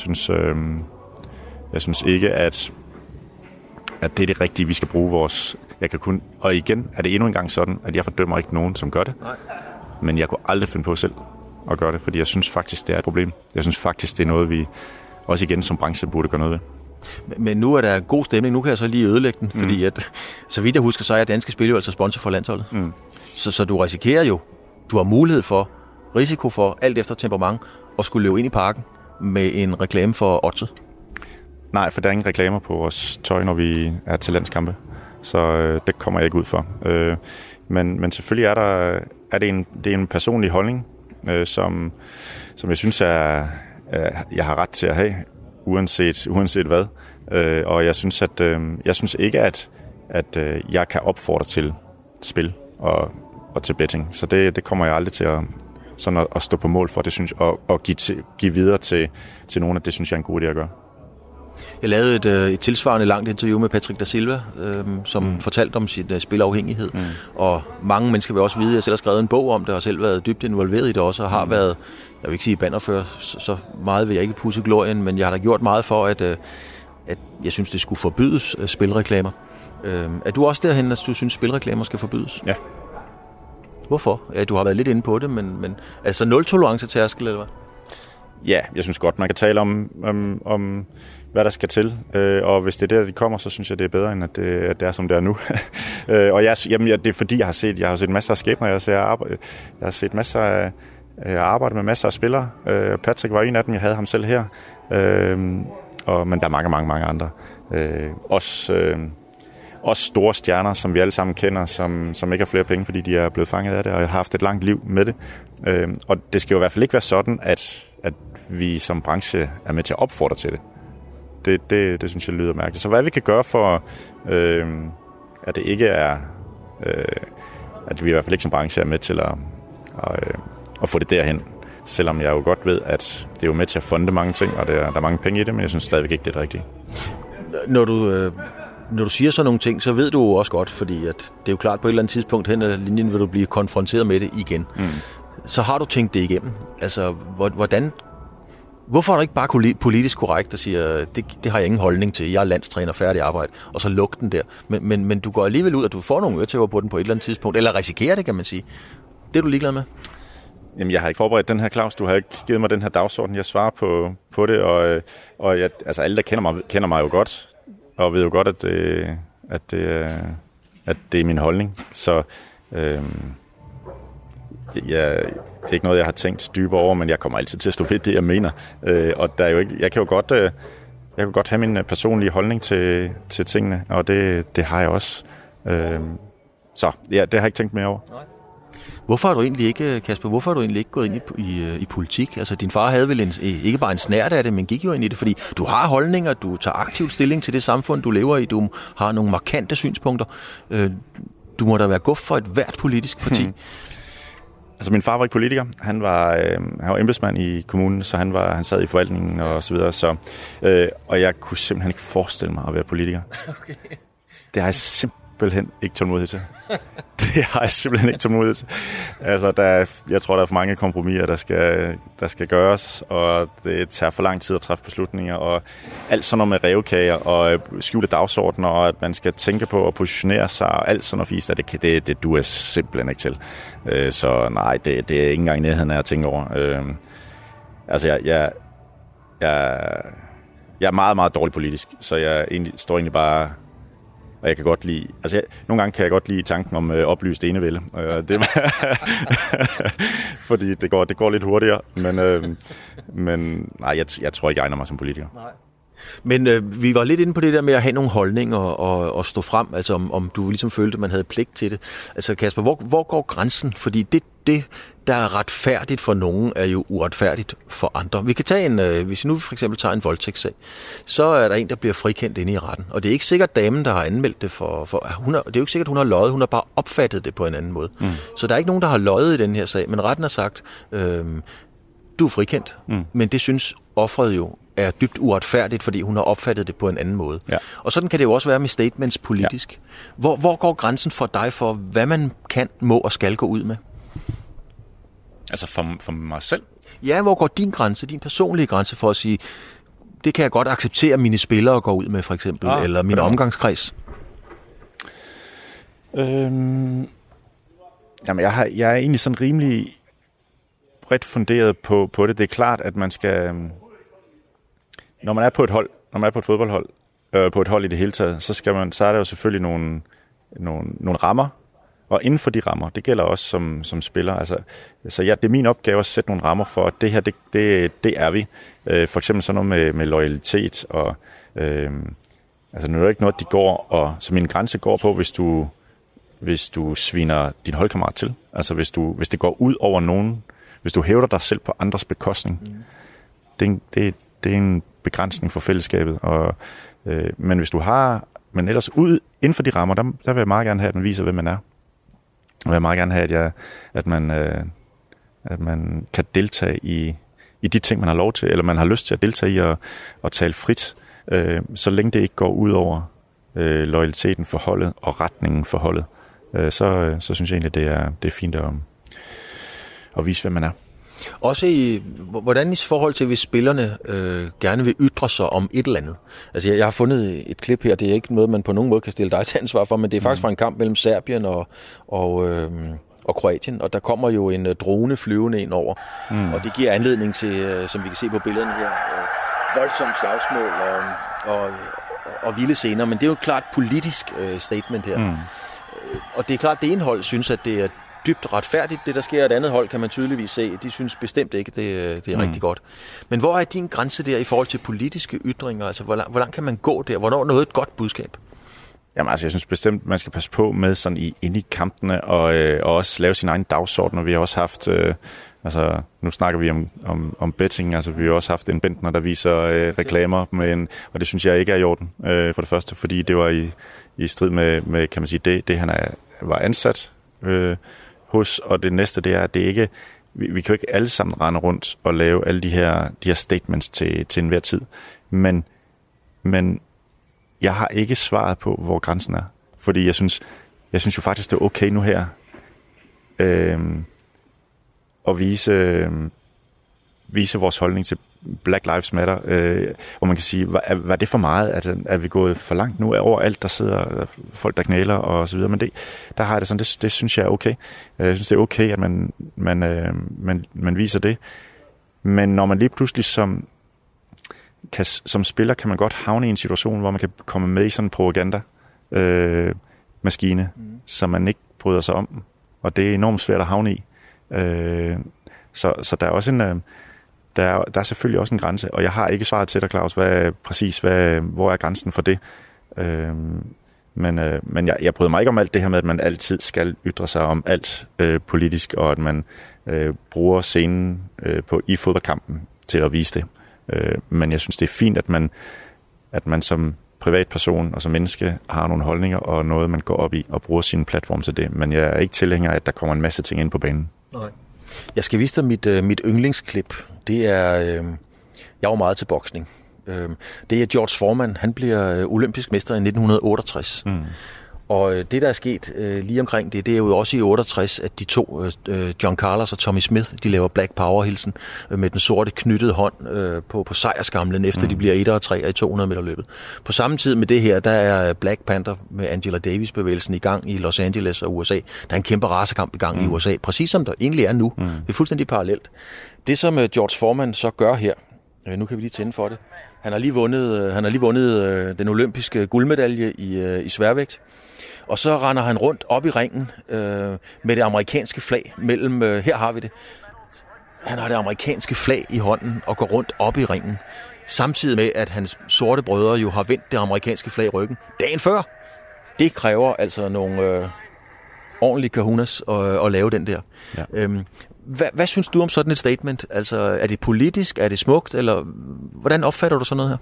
synes ikke, at det er det rigtige, vi skal bruge vores... Og igen er det endnu en gang sådan, at jeg fordømmer ikke nogen, som gør det. Nej. Men jeg kunne aldrig finde på selv at gøre det, fordi jeg synes faktisk, det er et problem. Jeg synes faktisk, det er noget, vi også igen som branche burde gøre noget ved. Men nu er der god stemning. Nu kan jeg så lige ødelægge den, fordi at, så vidt jeg husker, så er Danske Spil jo altså sponsor for landsholdet. Så du risikerer jo, du har mulighed for risiko for, alt efter temperament, at skulle løbe ind i parken med en reklame for Otze? Nej, for der er ingen reklamer på vores tøj, når vi er til landskampe. Så det kommer jeg ikke ud for. Men selvfølgelig er det en personlig holdning, som jeg synes, jeg har ret til at have, uanset hvad. Og jeg synes ikke, at jeg kan opfordre til spil og til betting. Så det kommer jeg aldrig til at stå på mål for, det synes, og give videre til nogen, at det synes jeg er en god idé at gøre. Jeg lavede et tilsvarende langt interview med Patrick da Silva, som fortalte om sin spilafhængighed. Og mange mennesker vil også vide, at jeg selv har skrevet en bog om det, og selv været dybt involveret i det også, og har været, jeg vil ikke sige bannerfører, så meget vil jeg ikke pudse glorien, men jeg har da gjort meget for, at jeg synes, det skulle forbydes spilreklamer. Er du også derhen, at du synes, spilreklamer skal forbydes? Ja. Hvorfor? Ja, du har været lidt inde på det, men altså 0-tolerance tærskel, eller hvad? Ja, jeg synes godt, man kan tale om hvad der skal til. Og hvis det er der, de kommer, så synes jeg, det er bedre, end at det er, som det er nu. Og det er fordi, jeg har set masser af skæbner. Jeg har set masser af arbejde med masser af spillere. Patrick var en af dem, jeg havde ham selv her. Men der er mange, mange, mange andre. Også store stjerner, som vi alle sammen kender, som ikke har flere penge, fordi de er blevet fanget af det, og har haft et langt liv med det. Og det skal jo i hvert fald ikke være sådan, at vi som branche er med til at opfordre til det. Det synes jeg lyder mærkeligt. Så hvad vi kan gøre for, at det ikke er, at vi i hvert fald ikke som branche er med til at få det derhen. Selvom jeg jo godt ved, at det er jo med til at funde mange ting, og der er mange penge i det, men jeg synes stadigvæk ikke, det er rigtigt. Når du siger sådan nogle ting, så ved du jo også godt, fordi at det er jo klart, på et eller andet tidspunkt hen ad linjen vil du blive konfronteret med det igen. Så har du tænkt det igennem. Altså, hvorfor er du ikke bare politisk korrekt og siger, det har jeg ingen holdning til, jeg er landstræner, færdig arbejde, og så luk den der. Men du går alligevel ud, at du får nogle øretæver på den på et eller andet tidspunkt, eller risikerer det, kan man sige. Det er du ligeglad med? Jamen, jeg har ikke forberedt den her, Claus. Du har ikke givet mig den her dagsorden. Jeg svarer på det, og altså alle, der kender mig jo godt, og ved jo godt, at det er min holdning. Så det er ikke noget, jeg har tænkt dybere over, men jeg kommer altid til at stå ved det, jeg mener. Og der er jo ikke, jeg kan godt have min personlige holdning til tingene, og det har jeg også. Så ja, det har jeg ikke tænkt mere over. Nej. Hvorfor har du egentlig ikke, Kasper, gået ind i politik? Altså, din far havde vel ikke bare en snert af det, men gik jo ind i det, fordi du har holdninger, du tager aktivt stilling til det samfund, du lever i, du har nogle markante synspunkter. Du må da være guf for et hvert politisk parti. Altså, min far var ikke politiker. Han var embedsmand i kommunen, så han sad i forvaltningen og så videre. Og jeg kunne simpelthen ikke forestille mig at være politiker. Okay. Det har jeg simpelthen ikke tålmodighed til. Det har jeg simpelthen ikke tålmodighed til. Altså, jeg tror, der er for mange kompromiser, der skal gøres, og det tager for lang tid at træffe beslutninger, og alt sådan noget med rævekager og skjulte dagsordner, og at man skal tænke på at positionere sig, og alt sådan noget fisk, det duer simpelthen ikke til. Så nej, det er ikke engang i nærheden af at tænke over. Altså, jeg er meget, meget dårlig politisk, så jeg står egentlig bare. Og jeg kan godt lide, nogle gange kan jeg godt lide tanken om oplyst enevælde. Fordi det går lidt hurtigere, men nej, jeg tror ikke, jeg egner mig som politiker. Nej. Men vi var lidt inde på det der med at have nogle holdninger og stå frem, altså om du ligesom følte, at man havde pligt til det. Altså Kasper, hvor går grænsen? Fordi det, der er retfærdigt for nogen, er jo uretfærdigt for andre. Vi kan tage hvis vi nu for eksempel tager en voldtægtssag, så er der en, der bliver frikendt inde i retten. Og det er ikke sikkert damen, der har anmeldt det det er jo ikke sikkert, hun har løjet, hun har bare opfattet det på en anden måde. Så der er ikke nogen, der har løjet i den her sag, men retten har sagt, du er frikendt, men det synes offeret jo er dybt uretfærdigt, fordi hun har opfattet det på en anden måde. Ja. Og sådan kan det jo også være med statements politisk. Ja. Hvor går grænsen for dig for, hvad man kan, må og skal gå ud med? Altså for mig selv? Ja, hvor går din grænse, din personlige grænse for at sige, det kan jeg godt acceptere, mine spillere går ud med, for eksempel, eller min omgangskreds? Jamen, jeg er egentlig sådan rimelig bredt funderet på det. Det er klart, at man skal. Når man er på et hold, når man er på et fodboldhold, på et hold i det hele taget, så er der jo selvfølgelig nogle rammer, Og inden for de rammer, det gælder også som spiller. Altså ja, det er min opgave at sætte nogle rammer for, at det her, det er vi. For eksempel sådan noget med loyalitet, og altså nu er det ikke noget, de går, og så min grænse går på, hvis du sviner din holdkammerat til. Altså hvis det går ud over nogen, hvis du hævder dig selv på andres bekostning. Det er en begrænsning for fællesskabet. Men hvis du har, men ellers inden for de rammer, der vil jeg meget gerne have, at man viser, hvem man er. Og jeg vil meget gerne have, at man kan deltage i de ting, man har lov til, eller man har lyst til at deltage i og tale frit, så længe det ikke går ud over loyaliteten for holdet og retningen for holdet. Så synes jeg egentlig, det er fint at vise, hvem man er. Også hvordan i forhold til, hvis spillerne gerne vil ytre sig om et eller andet. Altså jeg har fundet et klip her, det er ikke noget, man på nogen måde kan stille dig til ansvar for, men det er faktisk fra en kamp mellem Serbien og Kroatien, og der kommer jo en drone flyvende ind over, og det giver anledning til, som vi kan se på billederne her, voldsomt slagsmål og vilde scener, men det er jo et klart politisk statement her. Og det er klart, at det ene hold synes, at det er dybt retfærdigt, det der sker. Et andet hold kan man tydeligvis se, de synes bestemt ikke, det er rigtig godt. Men hvor er din grænse der i forhold til politiske ytringer? Altså, hvor langt kan man gå der? Hvornår er noget et godt budskab? Jamen altså, jeg synes bestemt, man skal passe på med sådan inde i kampene, og også lave sin egen dagsorden, og vi har også haft, altså nu snakker vi om betting, altså vi har også haft en Bentner, der viser reklamer, og det synes jeg ikke er i orden, for det første, fordi det var i strid med kan man sige, det han var ansat hos, og det næste, det er, at det ikke, vi kan jo ikke alle sammen rende rundt og lave alle de her statements til enhver tid, men jeg har ikke svaret på, hvor grænsen er, fordi jeg synes jo faktisk, det er okay nu her at vise vores holdning til Black Lives Matter, hvor man kan sige, var det for meget, at er vi gået for langt nu overalt, der sidder folk, der knæler og så videre, men der har jeg det sådan, det synes jeg er okay. Jeg synes, det er okay, at man viser det, men når man lige pludselig som spiller, kan man godt havne i en situation, hvor man kan komme med i sådan en propaganda-maskine, som man ikke bryder sig om, og det er enormt svært at havne i. Så der er også der er selvfølgelig også en grænse, og jeg har ikke svaret til dig, Claus, hvor er grænsen for det. Men jeg bryder mig ikke om alt det her med, at man altid skal ytre sig om alt politisk, og at man bruger scenen i fodboldkampen til at vise det. Men jeg synes, det er fint, at man som privatperson og som menneske har nogle holdninger og noget, man går op i og bruger sin platform til det. Men jeg er ikke tilhænger af, at der kommer en masse ting ind på banen. Nej. Jeg skal vise dig mit yndlingsklip. Det er, jeg er jo meget til boksning. Det er George Foreman. Han bliver olympisk mester i 1968. Og det, der er sket lige omkring det er jo også i 68, at de to, John Carlos og Tommy Smith, de laver Black Power-hilsen med den sorte knyttede hånd på sejrskamlen, efter de bliver 1 og 3 i 200 meter løbet. På samme tid med det her, der er Black Panther med Angela Davis-bevægelsen i gang i Los Angeles og USA. Der er en kæmpe racekamp i gang i USA, præcis som der egentlig er nu. Det er fuldstændig parallelt. Det, som George Foreman så gør her, nu kan vi lige tænde for det. Han har lige vundet den olympiske guldmedalje i sværvægt. Og så render han rundt op i ringen med det amerikanske flag mellem, her har vi det. Han har det amerikanske flag i hånden og går rundt op i ringen. Samtidig med, at hans sorte brødre jo har vendt det amerikanske flag i ryggen dagen før. Det kræver altså nogle ordentlige kahunas at lave den der. Ja. Hvad synes du om sådan et statement? Altså, er det politisk? Er det smukt? Eller hvordan opfatter du sådan noget her?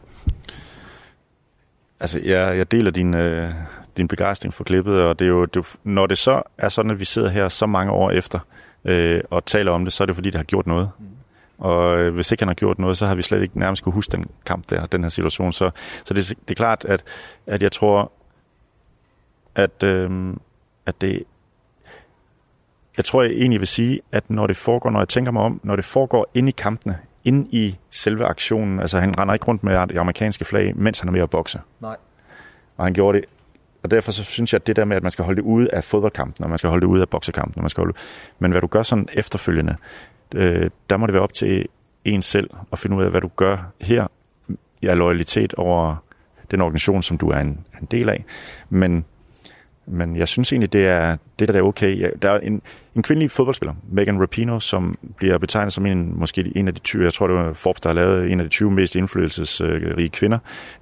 Altså, jeg deler din begejstring for klippet, og det er jo, når det så er sådan, at vi sidder her så mange år efter og taler om det, så er det fordi, det har gjort noget. Og hvis ikke han har gjort noget, så har vi slet ikke nærmest kunne huske den kamp der, den her situation. Så det er klart, at jeg tror, at det... Jeg tror jeg egentlig vil sige, at når jeg tænker mig om, når det foregår inde i kampene, inde i selve aktionen, altså han render ikke rundt med det amerikanske flag, mens han er ved at bokse. Nej. Og han gjorde det. Og derfor så synes jeg, at det der med, at man skal holde det ude af fodboldkampen, og man skal holde det ude af boksekampen, men hvad du gør sådan efterfølgende, der må det være op til en selv at finde ud af, hvad du gør her. Jeg er loyalitet over den organisation, som du er en del af. Men men jeg synes egentlig, det der er okay. Der er en kvindelig fodboldspiller, Megan Rapinoe, som bliver betegnet som måske en af de 20, jeg tror det var Forbes, der har lavet en af de 20 mest indflydelsesrige kvinder.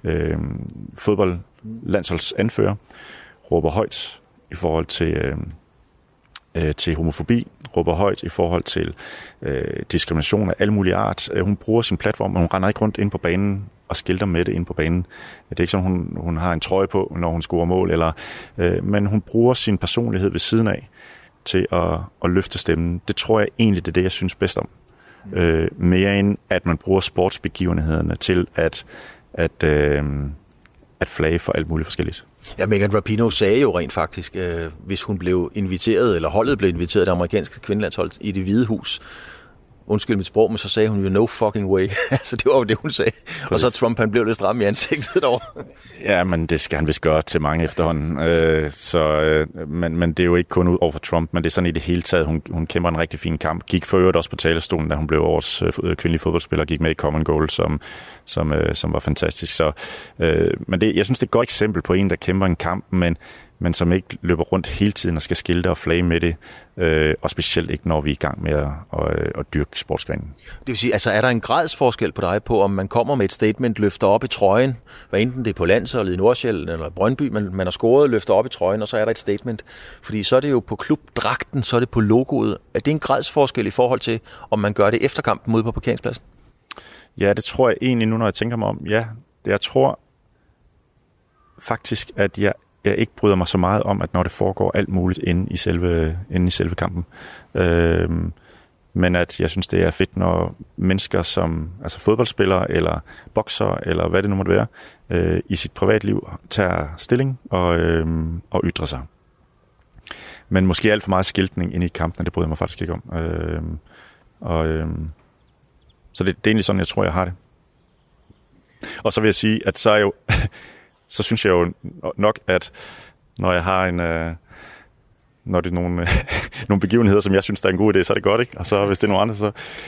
Fodboldlandsholdsanfører, råber højt i forhold til homofobi, råber højt i forhold til diskrimination af alle mulige art. Hun bruger sin platform, men hun render ikke rundt ind på banen og skilter med det ind på banen. Det er ikke sådan, hun har en trøje på, når hun scorer mål, men hun bruger sin personlighed ved siden af til at løfte stemmen. Det tror jeg egentlig, det er det, jeg synes bedst om. Mere end at man bruger sportsbegivenhederne til at flage for alt muligt forskelligt. Ja, Megan Rapinoe sagde jo rent faktisk, hvis hun blev inviteret, eller holdet blev inviteret af det amerikanske kvindelandshold i Det Hvide Hus, undskyld mit sprog, men så sagde hun jo no fucking way. Altså det var jo det, hun sagde. Præcis. Og så Trump, han blev lidt stram i ansigtet over. Ja, men det skal han vist gøre til mange efterhånden. Men det er jo ikke kun ud over for Trump, men det er sådan i det hele taget. Hun kæmper en rigtig fin kamp. Gik for øvrigt også på talerstolen, da hun blev årets kvindelige fodboldspiller, gik med i Common Goal, som var fantastisk. Så, men jeg synes, det er et godt eksempel på en, der kæmper en kamp, men som ikke løber rundt hele tiden og skal skilte og flage med det, og specielt ikke, når vi er i gang med at dyrke sportsgrenen. Det vil sige, altså er der en gradsforskel på dig på, om man kommer med et statement, løfter op i trøjen, hvad enten det er på landsholdet i Nordsjælland eller Brøndby, man har scoret, løfter op i trøjen, og så er der et statement. Fordi så er det jo på klubdragten, så er det på logoet. Er det en gradsforskel i forhold til, om man gør det efter kampen ude på parkeringspladsen? Ja, det tror jeg egentlig nu, når jeg tænker mig om. Ja, jeg tror faktisk, at jeg ikke bryder mig så meget om, at når det foregår alt muligt inde i selve kampen. Men at jeg synes, det er fedt, når mennesker som altså fodboldspillere eller bokser eller hvad det nu måtte være, i sit privatliv tager stilling og ytrer sig. Men måske alt for meget skiltning inde i kampen, det bryder jeg mig faktisk ikke om. Så det er egentlig sådan, jeg tror, jeg har det. Og så vil jeg sige, at så er jo så synes jeg jo nok, at når jeg har når det er nogle begivenheder, som jeg synes, der er en god idé, så er det godt, ikke? Og så hvis det er nogle andre,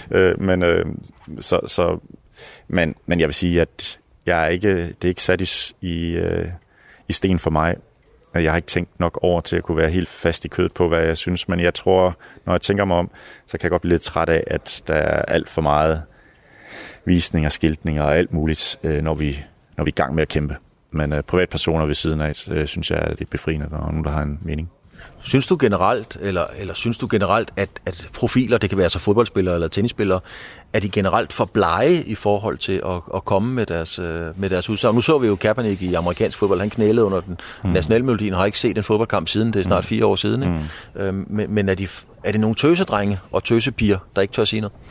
så... Men jeg vil sige, at det er ikke sat i sten for mig. Jeg har ikke tænkt nok over til at kunne være helt fast i kødet på, hvad jeg synes. Men jeg tror, når jeg tænker mig om, så kan jeg godt blive lidt træt af, at der er alt for meget visninger, skiltninger og alt muligt, når vi er i gang med at kæmpe. Men privatpersoner ved siden af, synes jeg, at det er befriende, når nogen, der har en mening. Synes du generelt, eller synes du generelt, at profiler, det kan være så fodboldspillere eller tennisspillere, er de generelt for blege i forhold til at komme med deres udsagn? Nu så vi jo Kaepernick i amerikansk fodbold, han knælede under den nationale melodien, har ikke set en fodboldkamp siden, det er snart 4 år siden. Ikke? Men er det nogle tøsedrenge og tøsepiger, der ikke tør sige noget?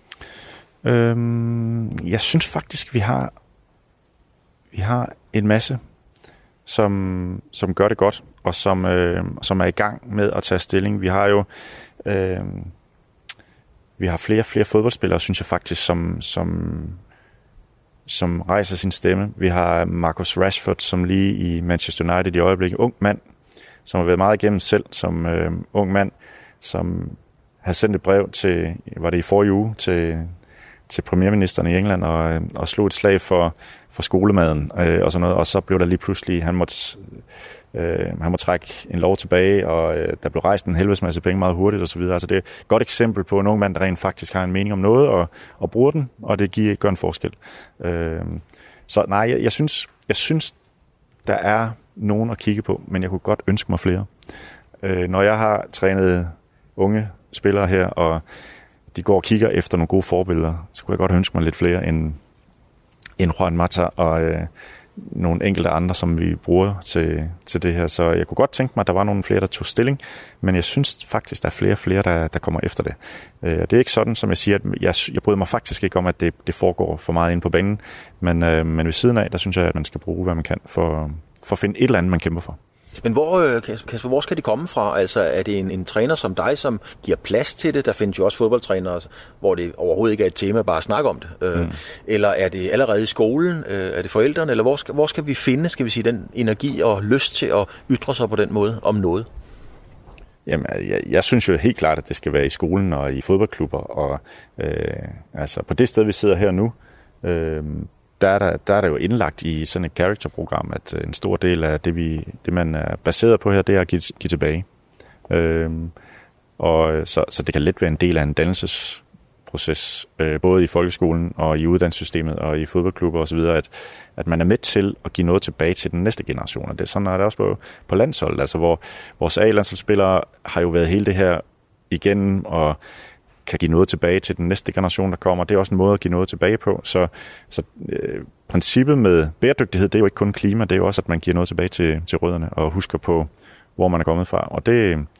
Jeg synes faktisk, vi har en masse, som gør det godt, og som er i gang med at tage stilling. Vi har jo flere fodboldspillere, synes jeg faktisk, som rejser sin stemme. Vi har Marcus Rashford, som lige i Manchester United i øjeblikket, ung mand, som har været meget igennem selv som ung mand, som har sendt et brev til, var det i forrige uge, til premierministeren i England og slog et slag for skolemaden og sådan noget, og så blev der lige pludselig, han måtte trække en lov tilbage, og der blev rejst en helvedes masse penge meget hurtigt og så videre. Altså det er et godt eksempel på en ung mand, der rent faktisk har en mening om noget og bruger den, og det gør en forskel. Så nej, jeg synes der er nogen at kigge på, men jeg kunne godt ønske mig flere. Når jeg har trænet unge spillere her, og de går og kigger efter nogle gode forbilleder, så kunne jeg godt ønske mig lidt flere end Juan Mata og nogle enkelte andre, som vi bruger til det her. Så jeg kunne godt tænke mig, at der var nogle flere, der tog stilling, men jeg synes faktisk, der er flere, der kommer efter det. Det er ikke sådan, som jeg siger, at jeg bryder mig faktisk ikke om, at det foregår for meget inde på banen, men ved siden af, der synes jeg, at man skal bruge, hvad man kan for at finde et eller andet, man kæmper for. Men Kasper, hvor skal de komme fra? Altså, er det en træner som dig, som giver plads til det? Der findes jo også fodboldtrænere, hvor det overhovedet ikke er et tema, bare at snakke om det. Eller er det allerede i skolen? Er det forældrene? Eller hvor skal vi finde, skal vi sige, den energi og lyst til at ytre sig på den måde om noget? Jamen, jeg synes jo helt klart, at det skal være i skolen og i fodboldklubber. Og altså på det sted, vi sidder her nu, der er der jo indlagt i sådan et character-program, at en stor del af det man er baseret på her, det er at give tilbage. Og så det kan let være en del af en dannelsesproces, både i folkeskolen og i uddannelsessystemet og i fodboldklubber osv., at man er med til at give noget tilbage til den næste generation. Og det, sådan er det også på landsholdet, altså hvor vores A-landsholdsspillere har jo været hele det her igennem og kan give noget tilbage til den næste generation, der kommer. Det er også en måde at give noget tilbage på. Så princippet med bæredygtighed, det er jo ikke kun klima, det er jo også, at man giver noget tilbage til rødderne og husker på, hvor man er kommet fra. Og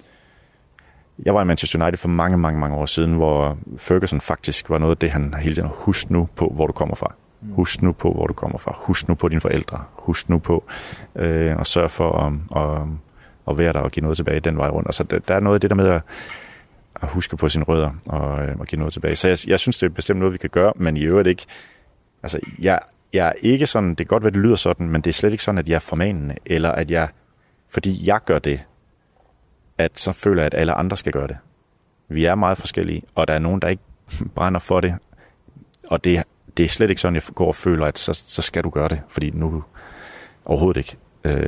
jeg var i Manchester United for mange, mange, mange år siden, hvor Ferguson faktisk var noget af det, han hele tiden husk nu på, hvor du kommer fra. Husk nu på, hvor du kommer fra. Husk nu på dine forældre. Husk nu på at sørge for at være der og give noget tilbage den vej rundt. Altså, der er noget af det der med at huske på sine rødder og give noget tilbage. Så jeg synes, det er bestemt noget, vi kan gøre, men i øvrigt ikke. Altså, jeg er ikke sådan, det kan godt være, det lyder sådan, men det er slet ikke sådan, at jeg er formanende, eller at fordi jeg gør det, at så føler jeg, at alle andre skal gøre det. Vi er meget forskellige, og der er nogen, der ikke brænder for det, og det er slet ikke sådan, jeg går og føler, at så skal du gøre det, fordi nu overhovedet ikke.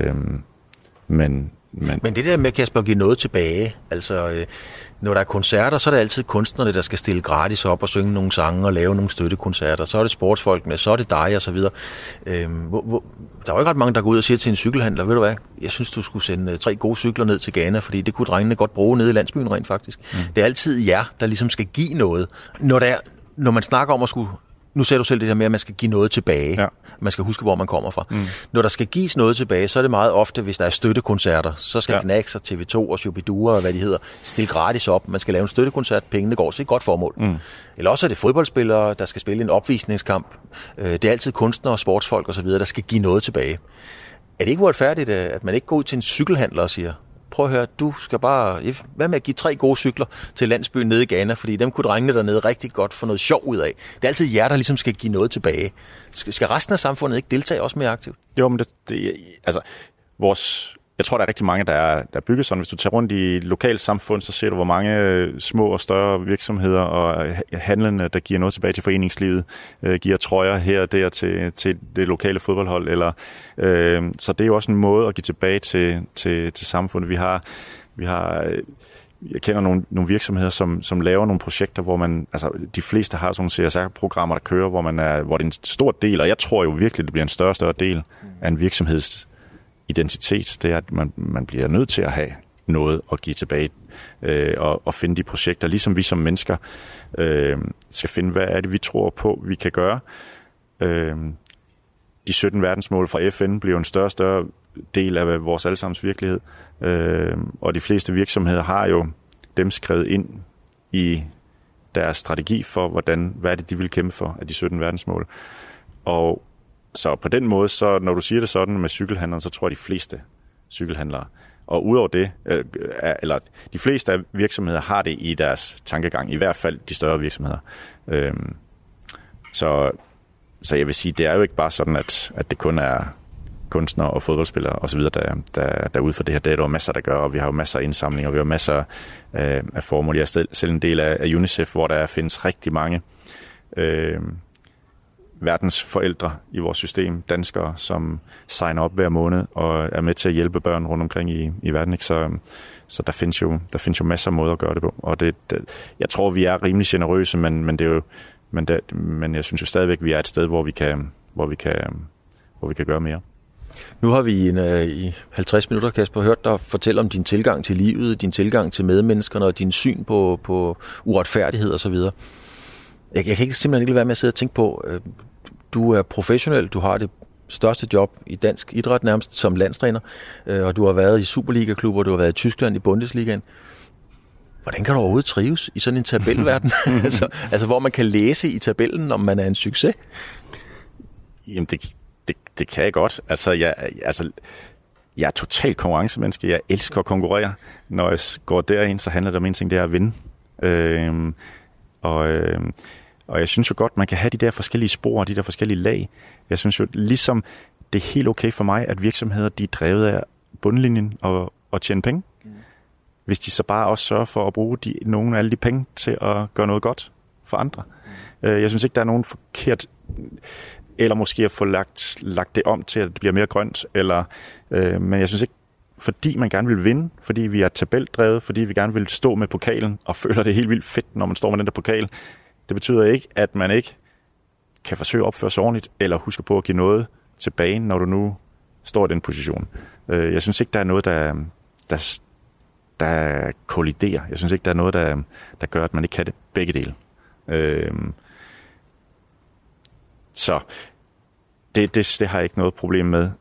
Men det der med, Kasper, at give noget tilbage, altså når der er koncerter, så er det altid kunstnerne, der skal stille gratis op og synge nogle sange og lave nogle støttekoncerter. Så er det sportsfolkene, så er det dig og så videre. Der er jo ikke ret mange, der går ud og siger til en cykelhandler, ved du hvad, jeg synes, du skulle sende 3 gode cykler ned til Ghana, fordi det kunne drengene godt bruge nede i landsbyen rent faktisk. Det er altid jer, der ligesom skal give noget. Når man snakker om at skulle... Nu ser du selv det her med, at man skal give noget tilbage. Ja. Man skal huske, hvor man kommer fra. Når der skal gives noget tilbage, så er det meget ofte, hvis der er støttekoncerter, så skal Gnax og TV2 og Shubidua og hvad de hedder, stille gratis op. Man skal lave en støttekoncert, pengene går til et godt formål. Eller også er det fodboldspillere, der skal spille en opvisningskamp. Det er altid kunstnere og sportsfolk og så videre, der skal give noget tilbage. Er det ikke uretfærdigt, at man ikke går ud til en cykelhandler og siger, prøv at høre, du skal bare... Hvad med at give 3 gode cykler til landsbyen nede i Ghana, fordi dem kunne drengene dernede rigtig godt få noget sjov ud af. Det er altid jer, der ligesom skal give noget tilbage. Skal resten af samfundet ikke deltage også mere aktivt? Jo, men jeg tror, der er rigtig mange, der bygger sådan. Hvis du tager rundt i lokalt samfund, så ser du, hvor mange små og større virksomheder og handlende, der giver noget tilbage til foreningslivet, giver trøjer her og der til det lokale fodboldhold. Så det er jo også en måde at give tilbage til samfundet. Jeg kender nogle virksomheder, som laver nogle projekter, hvor de fleste har sådan nogle CSR-programmer, der kører, hvor det er en stor del, og jeg tror jo virkelig, det bliver en større og større del af en virksomheds identitet, det er, at man bliver nødt til at have noget at give tilbage og finde de projekter, ligesom vi som mennesker skal finde, hvad er det, vi tror på, vi kan gøre. De 17 verdensmål fra FN bliver en større og større del af vores allesammens virkelighed, og de fleste virksomheder har jo dem skrevet ind i deres strategi for, hvad er det, de vil kæmpe for af de 17 verdensmål. Og så på den måde, så når du siger det sådan med cykelhandlere, så tror jeg, de fleste cykelhandlere. Og udover det, eller de fleste af virksomheder har det i deres tankegang, i hvert fald de større virksomheder. Så jeg vil sige, det er jo ikke bare sådan, at det kun er kunstnere og fodboldspillere osv., der er ude for det her. Det er der masser, der gør, og vi har jo masser af indsamlinger, og vi har masser af formål. Jeg er selv en del af UNICEF, hvor der findes rigtig mange verdens forældre i vores system, danskere, som signer op hver måned og er med til at hjælpe børn rundt omkring i verden. Ikke? Så der findes jo masser af måder at gøre det på. Og jeg tror, vi er rimelig generøse, men jeg synes jo stadigvæk, vi er et sted, hvor vi kan gøre mere. Nu har vi i 50 minutter, Kasper, hørt dig fortælle om din tilgang til livet, din tilgang til medmenneskerne og din syn på uretfærdighed osv. Jeg kan simpelthen ikke være med at sidde og tænke på, du er professionel, du har det største job i dansk idræt nærmest som landstræner, og du har været i Superliga-klubber, du har været i Tyskland i Bundesligaen. Hvordan kan du overhovedet trives i sådan en tabelverden? altså hvor man kan læse i tabellen, om man er en succes? Jamen det kan jeg godt. Jeg er totalt konkurrencemenneske. Jeg elsker at konkurrere. Når jeg går derind, så handler det om en ting, det er at vinde. Og jeg synes jo godt, man kan have de der forskellige spor, de der forskellige lag. Jeg synes jo, ligesom det er helt okay for mig, at virksomheder, de er drevet af bundlinjen og tjene penge. Hvis de så bare også sørger for at bruge nogle af alle de penge til at gøre noget godt for andre. Jeg synes ikke, der er nogen forkert eller måske at få lagt det om til, at det bliver mere grønt, eller, men jeg synes ikke, fordi man gerne vil vinde, fordi vi er tabeldrevet, fordi vi gerne vil stå med pokalen, og føler det helt vildt fedt, når man står med den der pokal. Det betyder ikke, at man ikke kan forsøge at opføre sig ordentligt, eller huske på at give noget tilbage, når du nu står i den position. Jeg synes ikke, der er noget, der kolliderer. Jeg synes ikke, der er noget, der gør, at man ikke kan det begge dele. Så det har jeg ikke noget problem med.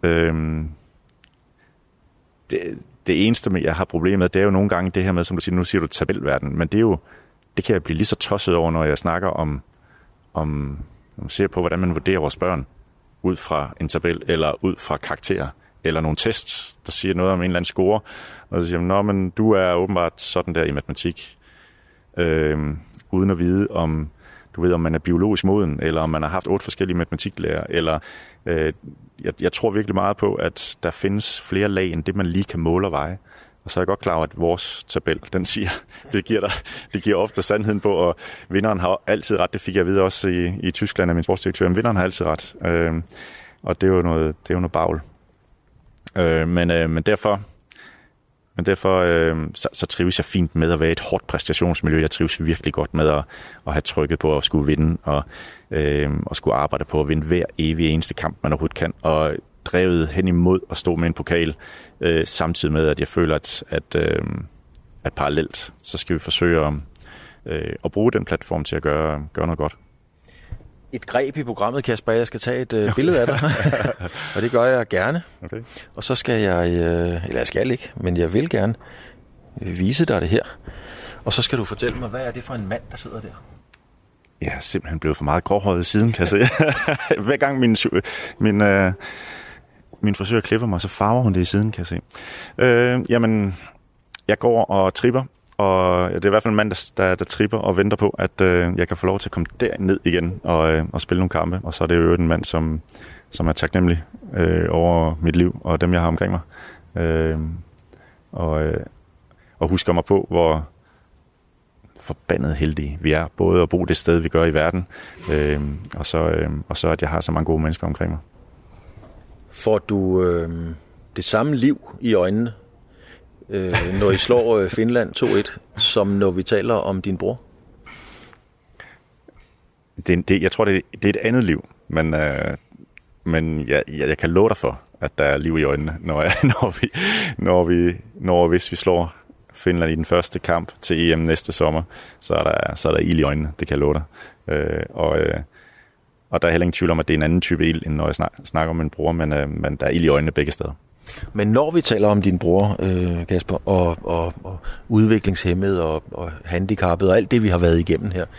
Det eneste, jeg har problemer med, det er jo nogle gange det her med, som du siger, nu siger du tabelverden, men det kan jeg blive lige så tosset over, når jeg snakker om man ser på, hvordan man vurderer vores børn ud fra en tabel, eller ud fra karakterer, eller nogle tests, der siger noget om en eller anden score, og så siger man, men du er åbenbart sådan der i matematik, uden at vide, om man er biologisk moden, eller om man har haft 8 forskellige matematiklærer, eller jeg tror virkelig meget på, at der findes flere lag, end det man lige kan måle og veje. Og så er jeg godt klar over, at vores tabel, den siger, det giver ofte sandheden på, og vinderen har altid ret. Det fik jeg at vide også i Tyskland af min sportsdirektør. Vinderen har altid ret. Og det er jo noget bagl. Men derfor så trives jeg fint med at være et hårdt præstationsmiljø. Jeg trives virkelig godt med at have trykket på at skulle vinde, og skulle arbejde på at vinde hver evig eneste kamp, man overhovedet kan, og drevet hen imod at stå med en pokal, samtidig med, at jeg føler, at parallelt, så skal vi forsøge at bruge den platform til at gøre noget godt. Et greb i programmet, Kasper, jeg skal tage et billede af dig, og det gør jeg gerne. Okay. Og så skal jeg skal ikke, men jeg vil gerne vise dig det her. Og så skal du fortælle mig, hvad er det for en mand, der sidder der? Jeg er simpelthen blevet for meget gråhåret siden, kan jeg se. Hver gang min frisør klipper mig, så farver hun det i siden, kan jeg se. Jamen, jeg går og tripper, og det er i hvert fald en mand, der tripper og venter på, at jeg kan få lov til at komme derned igen og spille nogle kampe. Og så er det jo en mand, som er taknemmelig over mit liv og dem, jeg har omkring mig. Og husker mig på, hvor forbandet heldige vi er, både at bo det sted, vi gør i verden, og så at jeg har så mange gode mennesker omkring mig. Får du det samme liv i øjnene, når I slår Finland 2-1, som når vi taler om din bror? Jeg tror, det er et andet liv, men jeg kan love dig for, at der er liv i øjnene, hvis vi slår Finland i den første kamp til EM næste sommer, så er der ild i øjnene, det kan jeg love dig. Og der er heller ingen tvivl om, at det er en anden type ild, end når jeg snakker om min bror, men der er ild i øjnene begge steder. Men når vi taler om din bror, Kasper, og udviklingshæmmet og handicappet og alt det, vi har været igennem her,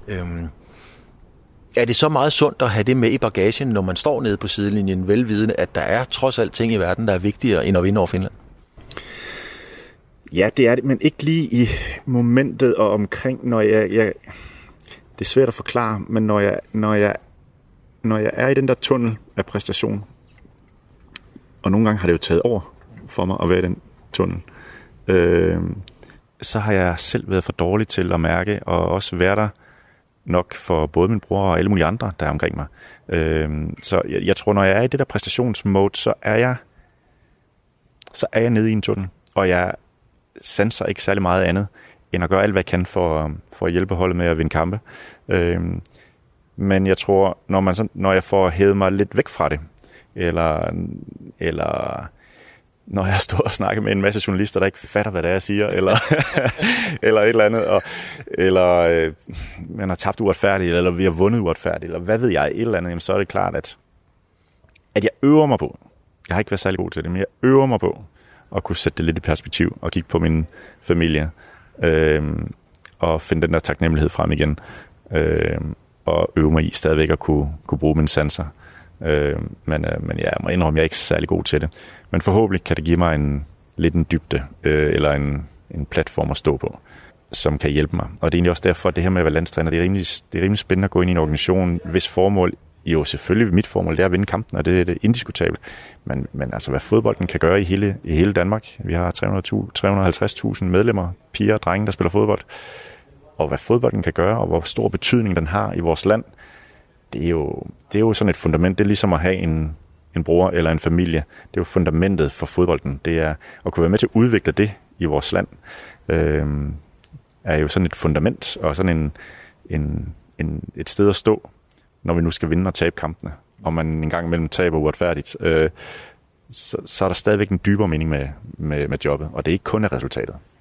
er det så meget sundt at have det med i bagagen, når man står nede på sidelinjen, velvidende, at der er trods alt ting i verden, der er vigtigere end at vinde over Finland? Ja, det er det, men ikke lige i momentet og omkring, når jeg det er svært at forklare, men når jeg er i den der tunnel af præstation, og nogle gange har det jo taget over for mig at være i den tunnel, så har jeg selv været for dårlig til at mærke, og også være der nok for både min bror og alle mulige andre, der er omkring mig. Så jeg tror, når jeg er i det der præstationsmode, så er jeg nede i en tunnel, og jeg sanser ikke særlig meget andet, end at gøre alt, hvad jeg kan for at hjælpe holdet med at vinde kampe. Men jeg tror, når jeg får hævet mig lidt væk fra det, eller når jeg står og snakker med en masse journalister, der ikke fatter, hvad det er, jeg siger, eller et eller andet, eller man har tabt uretfærdigt, eller vi har vundet uretfærdigt, eller hvad ved jeg, et eller andet, jamen, så er det klart, at jeg øver mig på. Jeg har ikke været særlig god til det, men jeg øver mig på at kunne sætte det lidt i perspektiv, og kigge på min familie, og finde den der taknemmelighed frem igen, og øve mig i stadigvæk at kunne bruge mine sanser. Men jeg må indrømme, jeg er ikke særlig god til det. Men forhåbentlig kan det give mig lidt en dybde, eller en platform at stå på, som kan hjælpe mig. Og det er egentlig også derfor, at det her med at være landstræner, det er rimelig spændende at gå ind i en organisation, hvis formål, jo selvfølgelig mit formål, det er at vinde kampen, og det er indiskutabelt. Men altså, hvad fodbolden kan gøre i hele Danmark. Vi har 350.000 medlemmer, piger og drenge, der spiller fodbold. Og hvad fodbolden kan gøre, og hvor stor betydning den har i vores land, det er jo sådan et fundament. Det er ligesom at have en bror eller en familie. Det er jo fundamentet for fodbolden. Det er at kunne være med til at udvikle det i vores land, er jo sådan et fundament og sådan et sted at stå, når vi nu skal vinde og tabe kampene. Og man en gang imellem taber uretfærdigt, så er der stadigvæk en dybere mening med jobbet, og det er ikke kun resultatet.